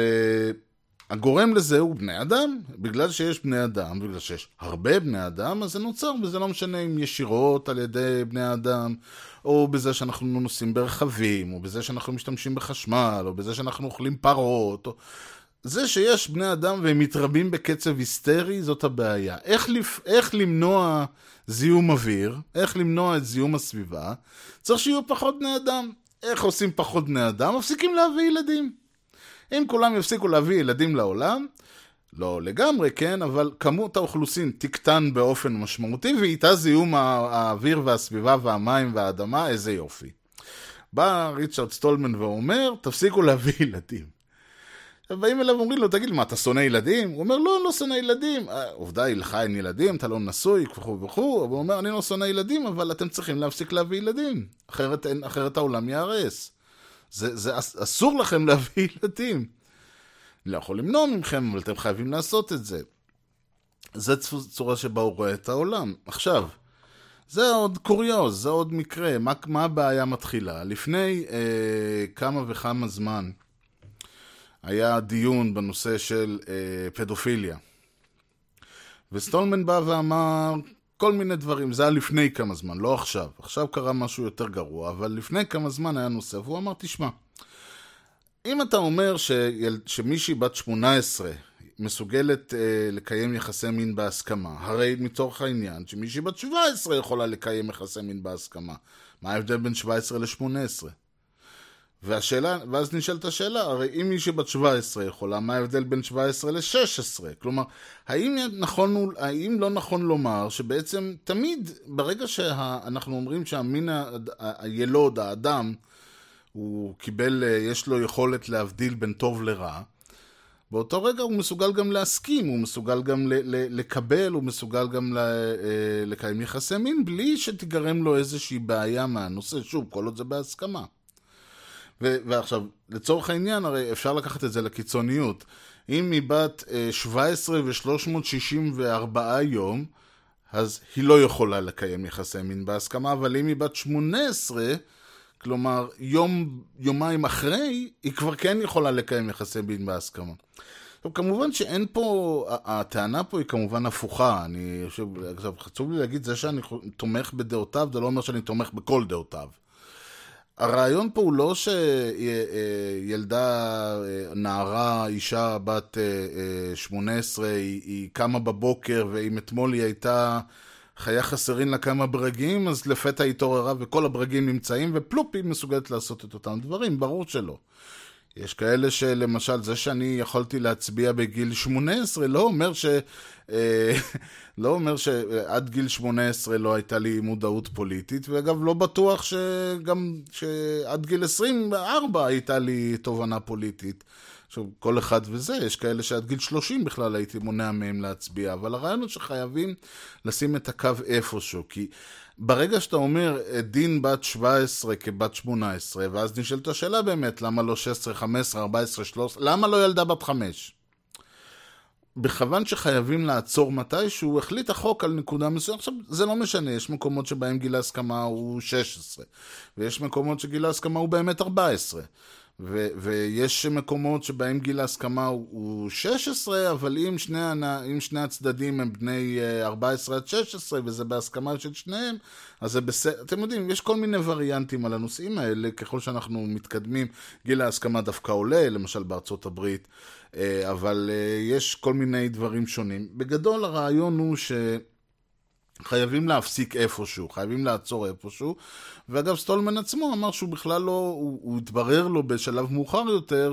הגורם לזה הוא בני אדם, בגלל שיש בני אדם, בגלל שיש הרבה בני אדם, אז זה נוצר, וזה לא משנה אם ישירות על ידי בני אדם, או בזה שאנחנו נוסעים ברכבים, או בזה שאנחנו משתמשים בחשמל, או בזה שאנחנו אוכלים פרות, או... זה שיש בני אדם והם מתרבים בקצב היסטרי, זאת הבעיה. איך, לפ... איך למנוע זיהום אוויר, איך למנוע את זיהום הסביבה, צריך שיהיו פחות בני אדם. איך עושים פחות בני אדם? מפסיקים להביא ילדים. אם כולם יפסיקו להביא ילדים לעולם, לא לגמרי, כן, אבל כמות האוכלוסין תקטן באופן משמעותי, ואיתה זיהום האוויר והסביבה והמים והאדמה, איזה יופי. בא ריצ'רד סטולמן ואומר, תפסיקו להביא ילדים. עכשיו באים אליו ואומרים לו, תגיד, מה, אתה שונא ילדים? הוא אומר, לא, לא שונא ילדים. עובדה היא, לך אין ילדים, אתה לא נשוי, וכו' וכו'. אבל הוא אומר, אני לא שונא ילדים, אבל אתם צריכים להפסיק להביא ילדים. אחרת, אחרת העולם יהרס. זה, זה אסור לכם להביא ילדים. אני לא יכול למנוע ממכם, אבל אתם חייבים לעשות את זה. זה צורה שבה הוא רואה את העולם. עכשיו, זה עוד קוריוז, זה עוד מקרה. מה, מה הבעיה מתחילה? לפני אה, כמה וכמה זמן היה דיון בנושא של אה, פדופיליה. וסטולמן בא ואמר כל מיני דברים. זה היה לפני כמה זמן, לא עכשיו. עכשיו קרה משהו יותר גרוע, אבל לפני כמה זמן היה נושא. והוא אמר, תשמע, אם אתה אומר שיל... שמישהי בת שמונה עשרה מסוגלת אה, לקיים יחסי מין בהסכמה, הרי מתוך העניין שמישהי בת שבע עשרה יכולה לקיים יחסי מין בהסכמה. מה ההבדל בין שבע עשרה ל-שמונה עשרה? והשאלה, ואז נשאלת השאלה, הרי אם מישהי בת שבע עשרה יכולה, מה ההבדל בין שבע עשרה ל-שש עשרה? כלומר, האם, נכון, האם לא נכון לומר שבעצם תמיד, ברגע שאנחנו אומרים שהמין ה... הילוד, האדם, הוא קיבל, יש לו יכולת להבדיל בין טוב לרע, באותו רגע הוא מסוגל גם להסכים, הוא מסוגל גם ל- ל- לקבל, הוא מסוגל גם ל- לקיים יחסי מין, בלי שתגרם לו איזושהי בעיה מהנושא, שוב, כל עוד זה בהסכמה. ו- ועכשיו, לצורך העניין, הרי אפשר לקחת את זה לקיצוניות. אם היא בת שבע עשרה ו-שלוש מאות שישים וארבעה יום, אז היא לא יכולה לקיים יחסי מין בהסכמה, אבל אם היא בת שמונה עשרה, כלומר, יום, יומיים אחרי, היא כבר כן יכולה לקיים יחסי מין בהסכמה. טוב, כמובן שאין פה, הטענה פה היא כמובן הפוכה. אני חושב, עכשיו, חשוב לי להגיד, זה שאני תומך בדעותיו, זה לא אומר שאני תומך בכל דעותיו. הרעיון פה הוא לא שילדה, נערה, אישה בת שמונה עשרה, היא, היא קמה בבוקר, ואם אתמול היא הייתה חיה חסרין לה כמה ברגים, אז לפתע היא התעוררה וכל הברגים נמצאים, ופלופ היא מסוגלת לעשות את אותם דברים, ברור שלא. יש כאלה שלמשל, זה שאני יכולתי להצביע בגיל שמונה עשרה, לא אומר ש... לא אומר שעד גיל שמונה עשרה לא הייתה לי מודעות פוליטית, ואגב לא בטוח שגם שעד גיל עשרים וארבע הייתה לי תובנה פוליטית. עכשיו, כל אחד וזה, יש כאלה שעד גיל שלושים בכלל הייתי מונע מהם להצביע, אבל הרעיון הוא שחייבים לשים את הקו איפשהו, כי ברגע שאתה אומר דין בת שבע עשרה כבת שמונה עשרה, ואז נשאלת השאלה באמת, למה לא שש עשרה, חמש עשרה, ארבע עשרה, שלוש עשרה, למה לא ילדה בת חמש? בכוון שחייבים לעצור מתישהו, הוא החליט החוק על נקודה מסוים. עכשיו, זה לא משנה, יש מקומות שבהם גיל ההסכמה הוא שש עשרה, ויש מקומות שגיל ההסכמה הוא באמת ארבע עשרה. ו- ויש מקומות שבהם גיל ההסכמה הוא, הוא שש עשרה, אבל אם שני, אם שני הצדדים הם בני ארבע עשרה עד שש עשרה, וזה בהסכמה של שניהם, אז זה בסדר. אתם יודעים, יש כל מיני וריאנטים על הנושאים האלה, ככל שאנחנו מתקדמים, גיל ההסכמה דווקא עולה, למשל בארצות הברית, אבל יש כל מיני דברים שונים. בגדול הרעיון הוא ש... חייבים להפסיק איפשהו, חייבים לעצור איפשהו, ואגב סטולמן עצמו אמר שהוא בכלל לא, הוא, הוא התברר לו בשלב מאוחר יותר,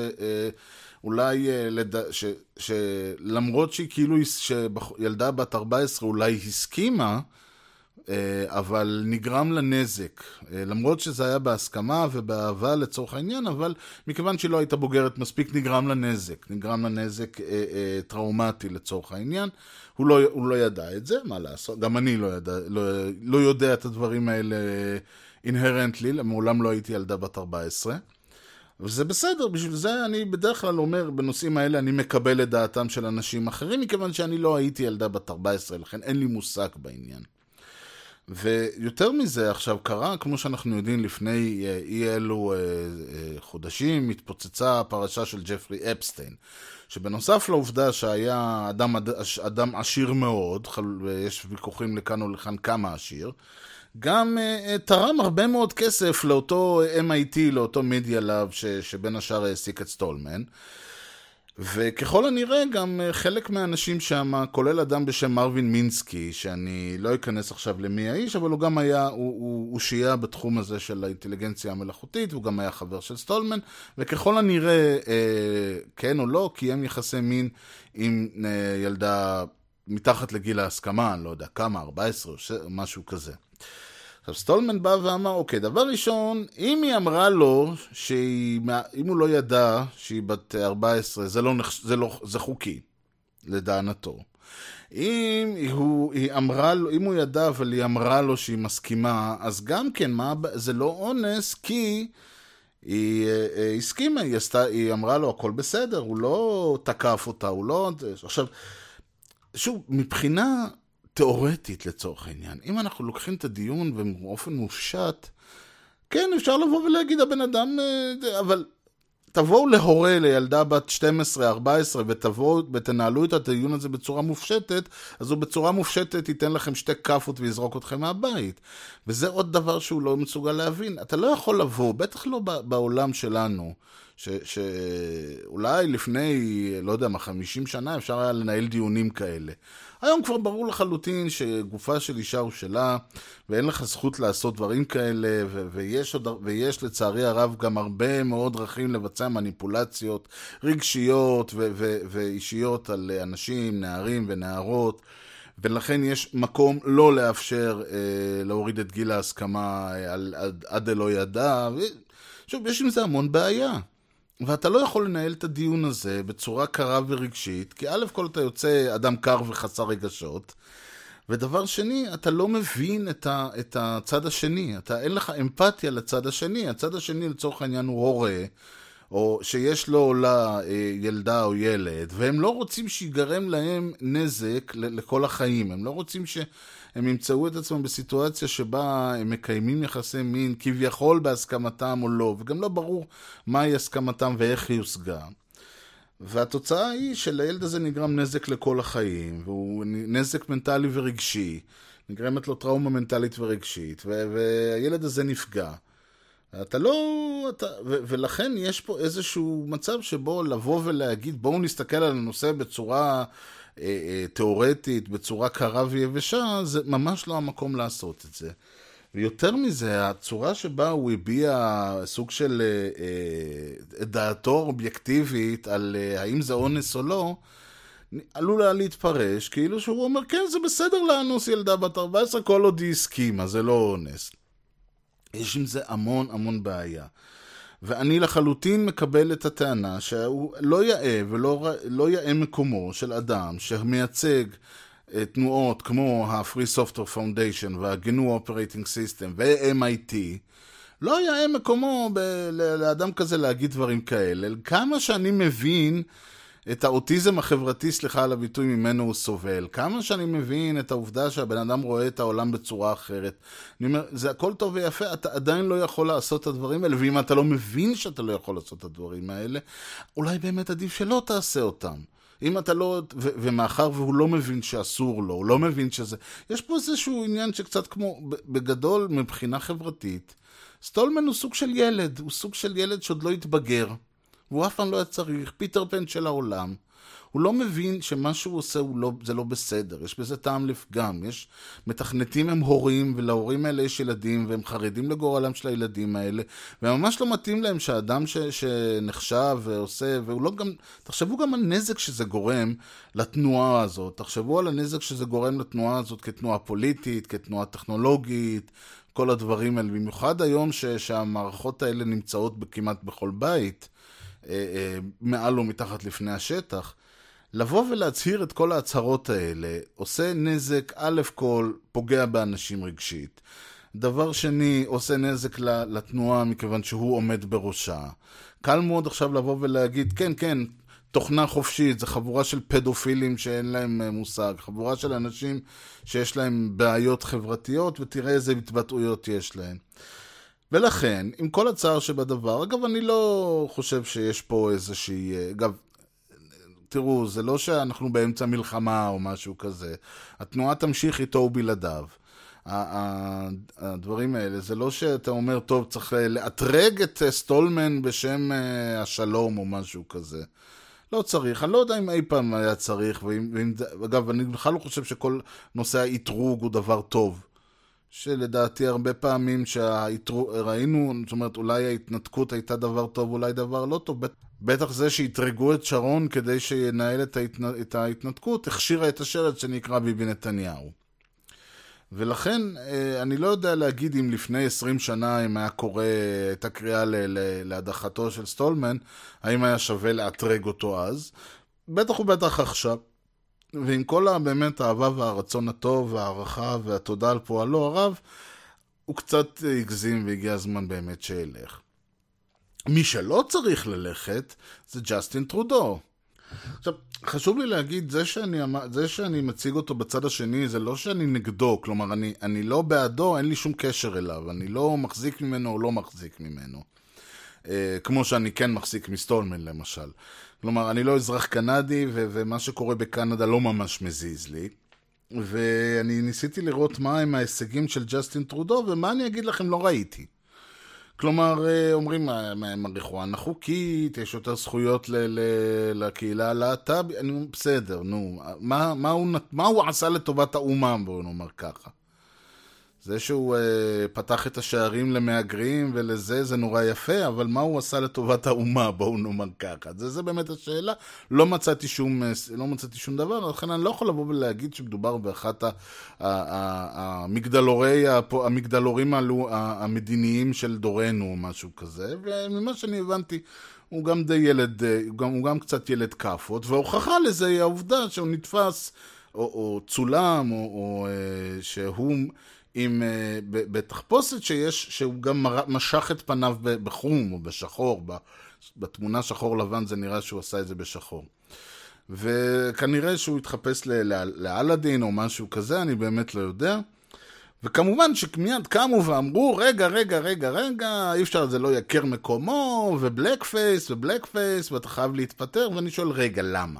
שאולי, ש, שלמרות שהיא כאילו, שילדה בת ארבע עשרה אולי הסכימה, אבל נגרם לה נזק, למרות שזה היה בהסכמה ובאהבה לצורך העניין, אבל מכיוון שהיא לא הייתה בוגרת מספיק, נגרם לה נזק, נגרם לה נזק טראומטי לצורך העניין. הוא לא, הוא לא ידע את זה, מה לעשות? גם אני לא ידע, לא, לא יודע את הדברים האלה inherently, מעולם לא הייתי ילדה בת ארבע עשרה. וזה בסדר, בשביל זה אני בדרך כלל אומר, בנושאים האלה אני מקבל את דעתם של אנשים אחרים, מכיוון שאני לא הייתי ילדה בת ארבע עשרה, לכן אין לי מושג בעניין. ויותר מזה, עכשיו קרה, כמו שאנחנו יודעים, לפני אי אלו חודשים, התפוצצה הפרשה של ג'פרי אפסטיין, שבנוסף לעובדה שהיה אדם, אדם עשיר מאוד, ויש ויכוחים לכאן או לכאן כמה עשיר, גם uh, תרם הרבה מאוד כסף לאותו אם איי טי, לאותו מדיה לאב, שבין השאר העסיק את סטולמן, וככל הנראה גם חלק מהאנשים שם, כולל אדם בשם מרווין מינסקי, שאני לא אכנס עכשיו למי האיש, אבל הוא גם היה, הוא, הוא, הוא שיעה בתחום הזה של האינטליגנציה המלאכותית, הוא גם היה חבר של סטולמן, וככל הנראה, אה, כן או לא, קיים יחסי מין עם אה, ילדה מתחת לגיל ההסכמה, אני לא יודע כמה, ארבע עשרה או משהו כזה. עכשיו, סטולמן בא ואמר, אוקיי, דבר ראשון, אם היא אמרה לו, שהיא, אם הוא לא ידע שהיא בת ארבע עשרה, זה, לא, זה, לא, זה חוקי, לדענתו. אם הוא, היא אמרה לו, אם הוא ידע, אבל היא אמרה לו שהיא מסכימה, אז גם כן, מה, זה לא אונס, כי היא, היא הסכימה, היא, עשתה, היא אמרה לו, הכל בסדר, הוא לא תקף אותה, הוא לא... עכשיו, שוב, מבחינה תיאורטית לצורך העניין, אם אנחנו לוקחים את הדיון באופן מופשט, כן, אפשר לבוא ולהגיד, הבן אדם, אבל תבואו להורה לילדה בת שתים עשרה ארבע עשרה ותבואו ותנהלו את הדיון הזה בצורה מופשטת, אז הוא בצורה מופשטת ייתן לכם שתי קפות ויזרוק אתכם מהבית. וזה עוד דבר שהוא לא מסוגל להבין. אתה לא יכול לבוא, בטח לא בעולם שלנו, ש, שאולי לפני, לא יודע מה, חמישים שנה אפשר היה לנהל דיונים כאלה. היום כבר ברור לחלוטין שגופה של אישה הוא שלה, ואין לך זכות לעשות דברים כאלה, ו- ויש, עוד, ויש לצערי הרב גם הרבה מאוד דרכים לבצע מניפולציות רגשיות ו- ו- ואישיות על אנשים, נערים ונערות, ולכן יש מקום לא לאפשר אה, להוריד את גיל ההסכמה על, עד, עד אלא ידע, ושוב, יש עם זה המון בעיה. ואתה לא יכול לנהל את הדיון הזה בצורה קרה ורגשית, כי א' כל אתה יוצא אדם קר וחסר רגשות, ודבר שני, אתה לא מבין את, ה, את הצד השני, אתה, אין לך אמפתיה לצד השני, הצד השני לצורך העניין הוא הורה, או שיש לו או לה ילדה או ילד, והם לא רוצים שיגרם להם נזק לכל החיים, הם לא רוצים ש... הם ימצאו את עצמם בסיטואציה שבה הם מקיימים יחסי מין כביכול בהסכמתם או לא, וגם לא ברור מהי הסכמתם ואיך היא הושגה. והתוצאה היא שלילד הזה נגרם נזק לכל החיים, והוא נזק מנטלי ורגשי, נגרמת לו טראומה מנטלית ורגשית, והילד הזה נפגע. אתה לא, אתה, ו- ולכן יש פה איזשהו מצב שבו לבוא ולהגיד, בואו נסתכל על הנושא בצורה אה, אה, תיאורטית, בצורה קרה ויבשה, זה ממש לא המקום לעשות את זה. ויותר מזה, הצורה שבה הוא הביע סוג של אה, אה, דעתו אובייקטיבית על אה, האם זה אונס או לא, עלולה להתפרש, כאילו שהוא אומר, כן, זה בסדר לאנוס ילדה בת ארבע עשרה, כל עוד היא הסכימה, זה לא אונס. יש עם זה המון המון בעיה. ואני לחלוטין מקבל את הטענה שהוא לא יאה ולא לא יאה מקומו של אדם שמייצג תנועות כמו ה-Free Software Foundation וה-ג'י אן יו Operating System ו-אם איי טי, לא יאה מקומו ב- לאדם כזה להגיד דברים כאלה. כמה שאני מבין את האוטיזם החברתי, סליחה על הביטוי, ממנו הוא סובל. כמה שאני מבין את העובדה שהבן אדם רואה את העולם בצורה אחרת. אני אומר, זה הכל טוב ויפה, אתה עדיין לא יכול לעשות את הדברים האלה, ואם אתה לא מבין שאתה לא יכול לעשות את הדברים האלה, אולי באמת עדיף שלא תעשה אותם. אם אתה לא, ו- ומאחר והוא לא מבין שאסור לו, הוא לא מבין שזה... יש פה איזשהו עניין שקצת כמו, בגדול, מבחינה חברתית, סטולמן הוא סוג של ילד, הוא סוג של ילד שעוד לא התבגר. והוא אף פעם לא היה צריך, פיטר פן של העולם. הוא לא מבין שמה שהוא עושה הוא לא, זה לא בסדר, יש בזה טעם לפגם. יש מתכנתים הם הורים, ולהורים האלה יש ילדים, והם חרדים לגורלם של הילדים האלה, וממש לא מתאים להם שהאדם ש, שנחשב ועושה, והוא לא גם, תחשבו גם על נזק שזה גורם לתנועה הזאת, תחשבו על הנזק שזה גורם לתנועה הזאת כתנועה פוליטית, כתנועה טכנולוגית, כל הדברים האלה, במיוחד היום ש, שהמערכות האלה נמצאות כמעט בכל בית, מעל ומתחת לפני השטח, לבוא ולהצהיר את כל ההצהרות האלה, עושה נזק, א' כל, פוגע באנשים רגשית. דבר שני, עושה נזק לתנועה מכיוון שהוא עומד בראשה. קל מאוד עכשיו לבוא ולהגיד, כן, כן, תוכנה חופשית, זה חבורה של פדופילים שאין להם מושג, חבורה של אנשים שיש להם בעיות חברתיות, ותראה איזה התבטאויות יש להם. ולכן, עם כל הצער שבדבר, אגב, אני לא חושב שיש פה איזושהי... אגב, תראו, זה לא שאנחנו באמצע מלחמה או משהו כזה. התנועה תמשיך איתו ובלעדיו. הדברים האלה, זה לא שאתה אומר, טוב, צריך לאתרג את סטולמן בשם השלום או משהו כזה. לא צריך, אני לא יודע אם אי פעם היה צריך, ואם, ואם, אגב, אני בכלל לא חושב שכל נושא ההתרוג הוא דבר טוב. שלדעתי הרבה פעמים שראינו, זאת אומרת, אולי ההתנתקות הייתה דבר טוב, אולי דבר לא טוב. בטח זה שהתרגו את שרון כדי שינהל את, ההתנ... את ההתנתקות, הכשירה את השרץ שנקרא ביבי נתניהו. ולכן אני לא יודע להגיד אם לפני עשרים שנה, אם היה קורא את הקריאה ל- ל- להדחתו של סטולמן, האם היה שווה לאתרג אותו אז. בטח ובטח עכשיו. ועם כל באמת האהבה והרצון הטוב והערכה והתודה על פועלו הרב, הוא קצת הגזים והגיע הזמן באמת שילך. מי שלא צריך ללכת זה ג'סטין טרודו. עכשיו, חשוב לי להגיד, זה שאני, זה שאני מציג אותו בצד השני, זה לא שאני נגדו, כלומר, אני, אני לא בעדו, אין לי שום קשר אליו, אני לא מחזיק ממנו או לא מחזיק ממנו. אה, כמו שאני כן מחזיק מסטולמן למשל. כלומר, אני לא אזרח קנדי, ו- ומה שקורה בקנדה לא ממש מזיז לי. ואני ניסיתי לראות מה הם ההישגים של ג'סטין טרודו, ומה אני אגיד לכם לא ראיתי. כלומר, אומרים, מריחואנה חוקית, יש יותר זכויות ל- ל- לקהילה הלהט"ב, אני בסדר, נו, מה, מה, הוא, מה הוא עשה לטובת האומה, בואו נאמר ככה. זה שהוא uh, פתח את השערים למהגרים ולזה, זה נורא יפה, אבל מה הוא עשה לטובת האומה, בואו נאמר ככה. זה, זה באמת השאלה, לא מצאתי שום, לא מצאתי שום דבר, לכן אני לא יכול לבוא ולהגיד שמדובר באחת המגדלורי, המגדלורים המדיניים של דורנו או משהו כזה, וממה שאני הבנתי, הוא גם די ילד, הוא גם, הוא גם קצת ילד כפות, וההוכחה לזה היא העובדה שהוא נתפס, או, או צולם, או, או שהוא עם, בתחפושת שיש, שהוא גם משך את פניו בחום או בשחור, בתמונה שחור לבן זה נראה שהוא עשה את זה בשחור. וכנראה שהוא התחפש לאלאדין או משהו כזה, אני באמת לא יודע. וכמובן שמיד קמו ואמרו, רגע, רגע, רגע, רגע, אי אפשר, זה לא יקר מקומו, ובלק פייס, ובלק פייס, ואתה חייב להתפטר, ואני שואל, רגע, למה?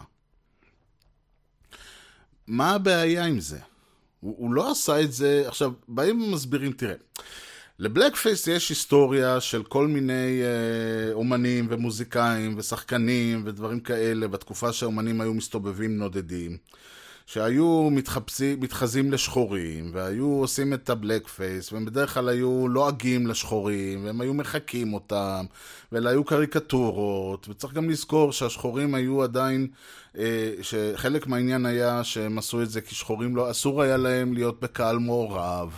מה הבעיה עם זה? הוא, הוא לא עשה את זה, עכשיו, באים ומסבירים, תראה, לבלק פייס יש היסטוריה של כל מיני אה, אומנים ומוזיקאים ושחקנים ודברים כאלה, בתקופה שהאומנים היו מסתובבים נודדים, שהיו מתחפשים, מתחזים לשחורים, והיו עושים את הבלק פייס, והם בדרך כלל היו לועגים לשחורים, והם היו מחקים אותם, ואלה היו קריקטורות, וצריך גם לזכור שהשחורים היו עדיין, אה, שחלק מהעניין היה שהם עשו את זה כי שחורים לא, אסור היה להם להיות בקהל מעורב,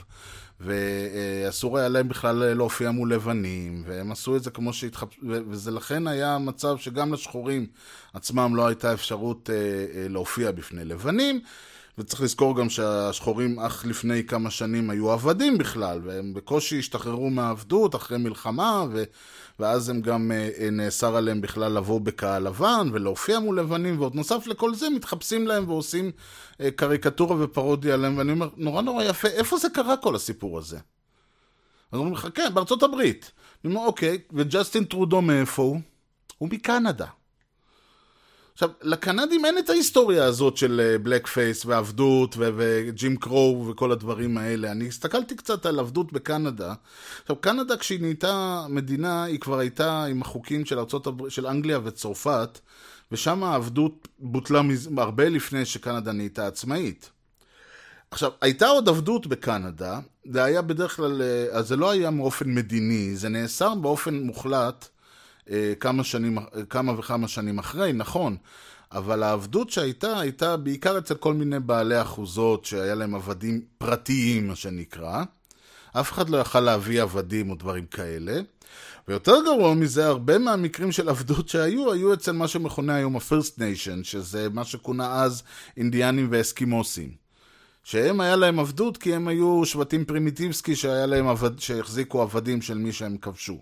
ואסור היה להם בכלל להופיע מול לבנים, והם עשו את זה כמו שהתחפ... וזה לכן היה מצב שגם לשחורים עצמם לא הייתה אפשרות להופיע בפני לבנים, וצריך לזכור גם שהשחורים אך לפני כמה שנים היו עבדים בכלל, והם בקושי השתחררו מהעבדות אחרי מלחמה, ו... ואז הם גם נאסר עליהם בכלל לבוא בקהל לבן ולהופיע מול לבנים, ועוד נוסף לכל זה מתחפשים להם ועושים קריקטורה ופרודיה עליהם, ואני אומר, נורא נורא יפה, איפה זה קרה כל הסיפור הזה? אז אומרים לך, כן, בארצות הברית. אני אומר, אוקיי, וג'סטין טרודו מאיפה הוא? הוא מקנדה. עכשיו, לקנדים אין את ההיסטוריה הזאת של בלק פייס ועבדות וג'ים קרו וכל הדברים האלה. אני הסתכלתי קצת על עבדות בקנדה. עכשיו, קנדה כשהיא נהייתה מדינה, היא כבר הייתה עם החוקים של ארצות הברית, של אנגליה וצרפת, ושם העבדות בוטלה הרבה לפני שקנדה נהייתה עצמאית. עכשיו, הייתה עוד עבדות בקנדה, זה היה בדרך כלל, אז זה לא היה באופן מדיני, זה נאסר באופן מוחלט, כמה שנים, כמה וכמה שנים אחרי, נכון, אבל העבדות שהייתה, הייתה בעיקר אצל כל מיני בעלי אחוזות, שהיה להם עבדים פרטיים, מה שנקרא, אף אחד לא יכל להביא עבדים או דברים כאלה, ויותר גרוע מזה, הרבה מהמקרים של עבדות שהיו, היו אצל מה שמכונה היום ה-First Nation, שזה מה שכונה אז אינדיאנים ואסקימוסים, שהם היה להם עבדות, כי הם היו שבטים פרימיטיבסקי, שהיה להם עבד, שהחזיקו עבדים של מי שהם כבשו.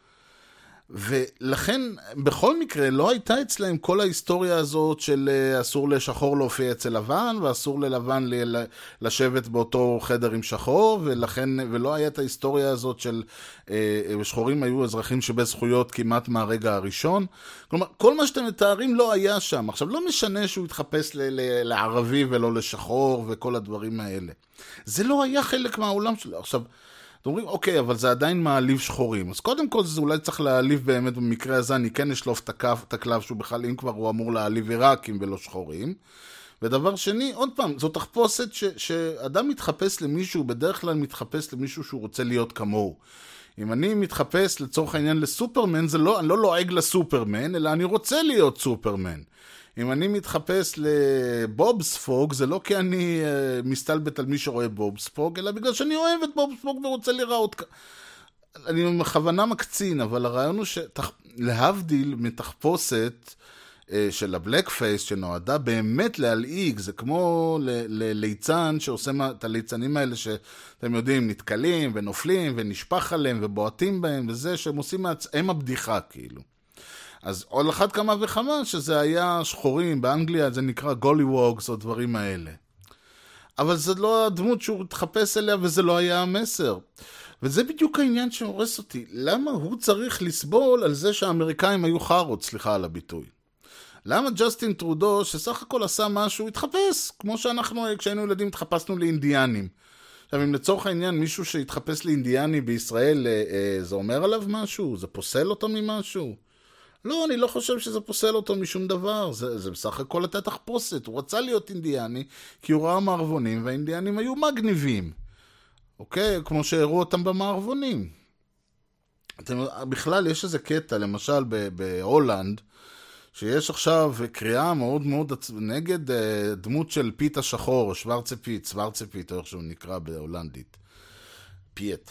ולכן בכל מקרה לא הייתה אצלהם כל ההיסטוריה הזאת של אסור לשחור להופיע אצל לבן ואסור ללבן לשבת באותו חדר עם שחור, ולכן ולא היה את ההיסטוריה הזאת של שחורים היו אזרחים שווה זכויות כמעט מהרגע הראשון. כלומר כל מה שאתם מתארים לא היה שם. עכשיו לא משנה שהוא התחפש לערבי ולא לשחור וכל הדברים האלה, זה לא היה חלק מהעולם שלו. עכשיו אתם אומרים, אוקיי, אבל זה עדיין מעליב שחורים. אז קודם כל, זה אולי צריך להעליב באמת במקרה הזה, אני כן אשלוף את הכלב שהוא בכלל, אם כבר הוא אמור להעליב עיראקים ולא שחורים. ודבר שני, עוד פעם, זו תחפושת ש, שאדם מתחפש למישהו, בדרך כלל מתחפש למישהו שהוא רוצה להיות כמוהו. אם אני מתחפש לצורך העניין לסופרמן, זה לא, אני לא לועג לסופרמן, אלא אני רוצה להיות סופרמן. אם אני מתחפש לבובספוג, זה לא כי אני uh, מסתלבט על מי שרואה בובספוג, אלא בגלל שאני אוהב את בובספוג ורוצה לראות. אני בכוונה מקצין, אבל הרעיון הוא שלהבדיל מתחפושת uh, של הבלק פייס, שנועדה באמת להלעיג, זה כמו לליצן שעושה את הליצנים האלה שאתם יודעים, נתקלים ונופלים ונשפח עליהם ובועטים בהם, וזה שהם עושים מעצ... הם הבדיחה כאילו. אז עוד אחד כמה וכמה שזה היה שחורים, באנגליה זה נקרא גולי ווגס או דברים האלה. אבל זה לא הדמות שהוא התחפש אליה וזה לא היה המסר. וזה בדיוק העניין שהורס אותי. למה הוא צריך לסבול על זה שהאמריקאים היו חרות, סליחה על הביטוי? למה ג'סטין טרודו שסך הכל עשה משהו, התחפש, כמו שאנחנו כשהיינו ילדים התחפשנו לאינדיאנים. עכשיו אם לצורך העניין מישהו שהתחפש לאינדיאני בישראל, זה אומר עליו משהו? זה פוסל אותו ממשהו? לא, אני לא חושב שזה פוסל אותו משום דבר. זה, זה בסך הכל הייתה תחפושת. הוא רצה להיות אינדיאני, כי הוא ראה מערבונים, והאינדיאנים היו מגניבים. אוקיי? כמו שהראו אותם במערבונים. אתם, בכלל, יש איזה קטע, למשל בהולנד, שיש עכשיו קריאה מאוד מאוד נגד דמות של פיט השחור, שוורצפיט, שוורצפיט, או איך שהוא נקרא בהולנדית. פיט.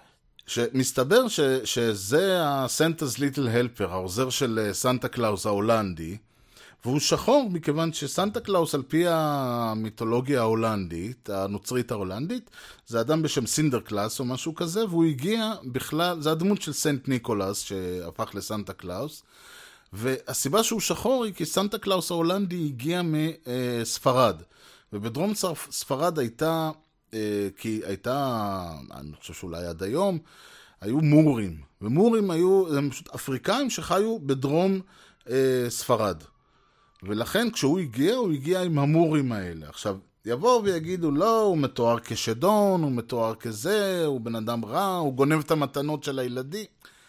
שמסתבר ש, שזה הסנטא's ליטל הלפר, העוזר של סנטה קלאוס ההולנדי, והוא שחור מכיוון שסנטה קלאוס על פי המיתולוגיה ההולנדית, הנוצרית ההולנדית, זה אדם בשם סינדר קלאס או משהו כזה, והוא הגיע בכלל, זה הדמות של סנט ניקולס שהפך לסנטה קלאוס, והסיבה שהוא שחור היא כי סנטה קלאוס ההולנדי הגיע מספרד, ובדרום ספרד הייתה, כי הייתה, אני חושב שאולי עד היום, היו מורים, ומורים היו, הם פשוט אפריקאים שחיו בדרום אה, ספרד. ולכן כשהוא הגיע, הוא הגיע עם המורים האלה. עכשיו, יבואו ויגידו, לא, הוא מתואר כשדון, הוא מתואר כזה, הוא בן אדם רע, הוא גונב את המתנות של הילדים.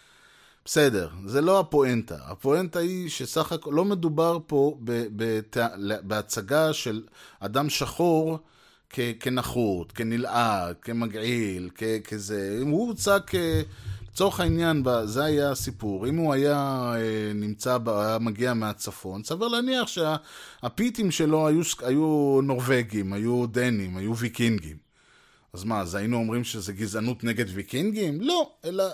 בסדר, זה לא הפואנטה. הפואנטה היא שסך הכל, לא מדובר פה ב, ב, בהצגה של אדם שחור, כנחות, כנלעג, כמגעיל, כזה. אם הוא הוצא כצורך העניין, זה היה הסיפור. אם הוא היה נמצא, היה מגיע מהצפון, סבר להניח שהפיטים שלו היו, היו נורווגים, היו דנים, היו ויקינגים. אז מה, אז היינו אומרים שזה גזענות נגד ויקינגים? לא, אלא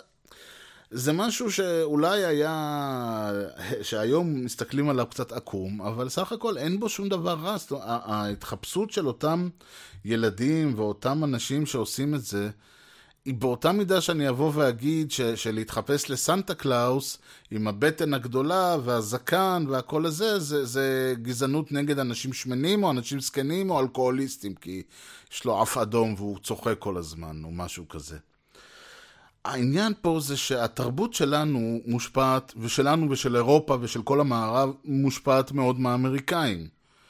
זה משהו שאולי היה, שהיום מסתכלים עליו קצת עקום, אבל סך הכל אין בו שום דבר רע. ההתחפשות של אותם ילדים ואותם אנשים שעושים את זה, היא באותה מידה שאני אבוא ואגיד ש, שלהתחפש לסנטה קלאוס עם הבטן הגדולה והזקן והכל הזה, זה, זה גזענות נגד אנשים שמנים או אנשים סקנים או אלכוהוליסטים, כי יש לו אף אדום והוא צוחק כל הזמן או משהו כזה. העניין פה זה שהתרבות שלנו מושפעת, ושלנו ושל אירופה ושל כל המערב, מושפעת מאוד מהאמריקאים.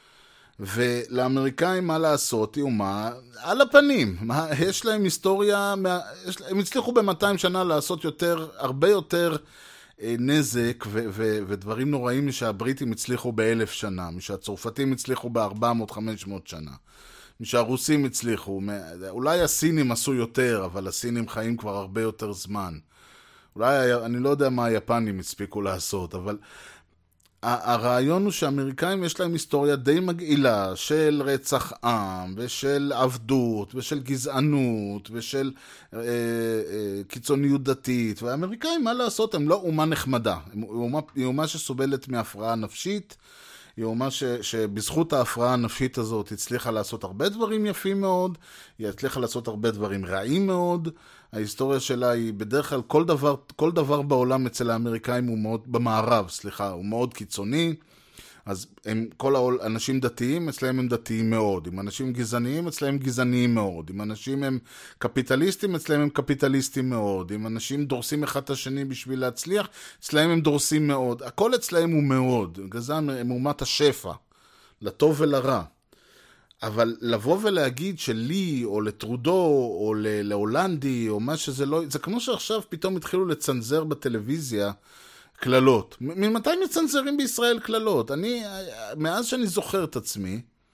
ולאמריקאים מה לעשות, היא ומה, על הפנים. מה, יש להם היסטוריה, יש, הם הצליחו ב-מאתיים שנה לעשות יותר, הרבה יותר אה, נזק ו- ו- ודברים נוראים משהבריטים הצליחו באלף שנה, משהצרפתים הצליחו ב-ארבע מאות חמש מאות שנה. שהרוסים הצליחו, אולי הסינים עשו יותר, אבל הסינים חיים כבר הרבה יותר זמן. אולי, אני לא יודע מה היפנים הספיקו לעשות, אבל הרעיון הוא שהאמריקאים יש להם היסטוריה די מגעילה של רצח עם, ושל עבדות, ושל גזענות, ושל אה, אה, קיצוניות דתית, והאמריקאים, מה לעשות, הם לא אומה נחמדה, הם אומה, היא אומה שסובלת מהפרעה נפשית, היא אומה ש, שבזכות ההפרעה הנפשית הזאת הצליחה לעשות הרבה דברים יפים מאוד, היא הצליחה לעשות הרבה דברים רעים מאוד, ההיסטוריה שלה היא בדרך כלל כל דבר, כל דבר בעולם אצל האמריקאים הוא מאוד, במערב, סליחה, הוא מאוד קיצוני, אז הם, כל האנשים דתיים אצלהם הם דתיים מאוד, אם אנשים גזעניים אצלהם גזעניים מאוד, אם אנשים הם קפיטליסטים אצלהם הם קפיטליסטים מאוד, אם אנשים דורסים אחד את השני בשביל להצליח, אצלהם הם דורסים מאוד, הכל אצלהם הוא מאוד, גזען הם אומת השפע, לטוב ולרע. אבל לבוא ולהגיד שלי או לטרודו או להולנדי או מה שזה לא, זה כמו שעכשיו פתאום התחילו לצנזר בטלוויזיה כללות. ממתי מצנזרים בישראל כללות? אני, מאז שאני זוכר את עצמי,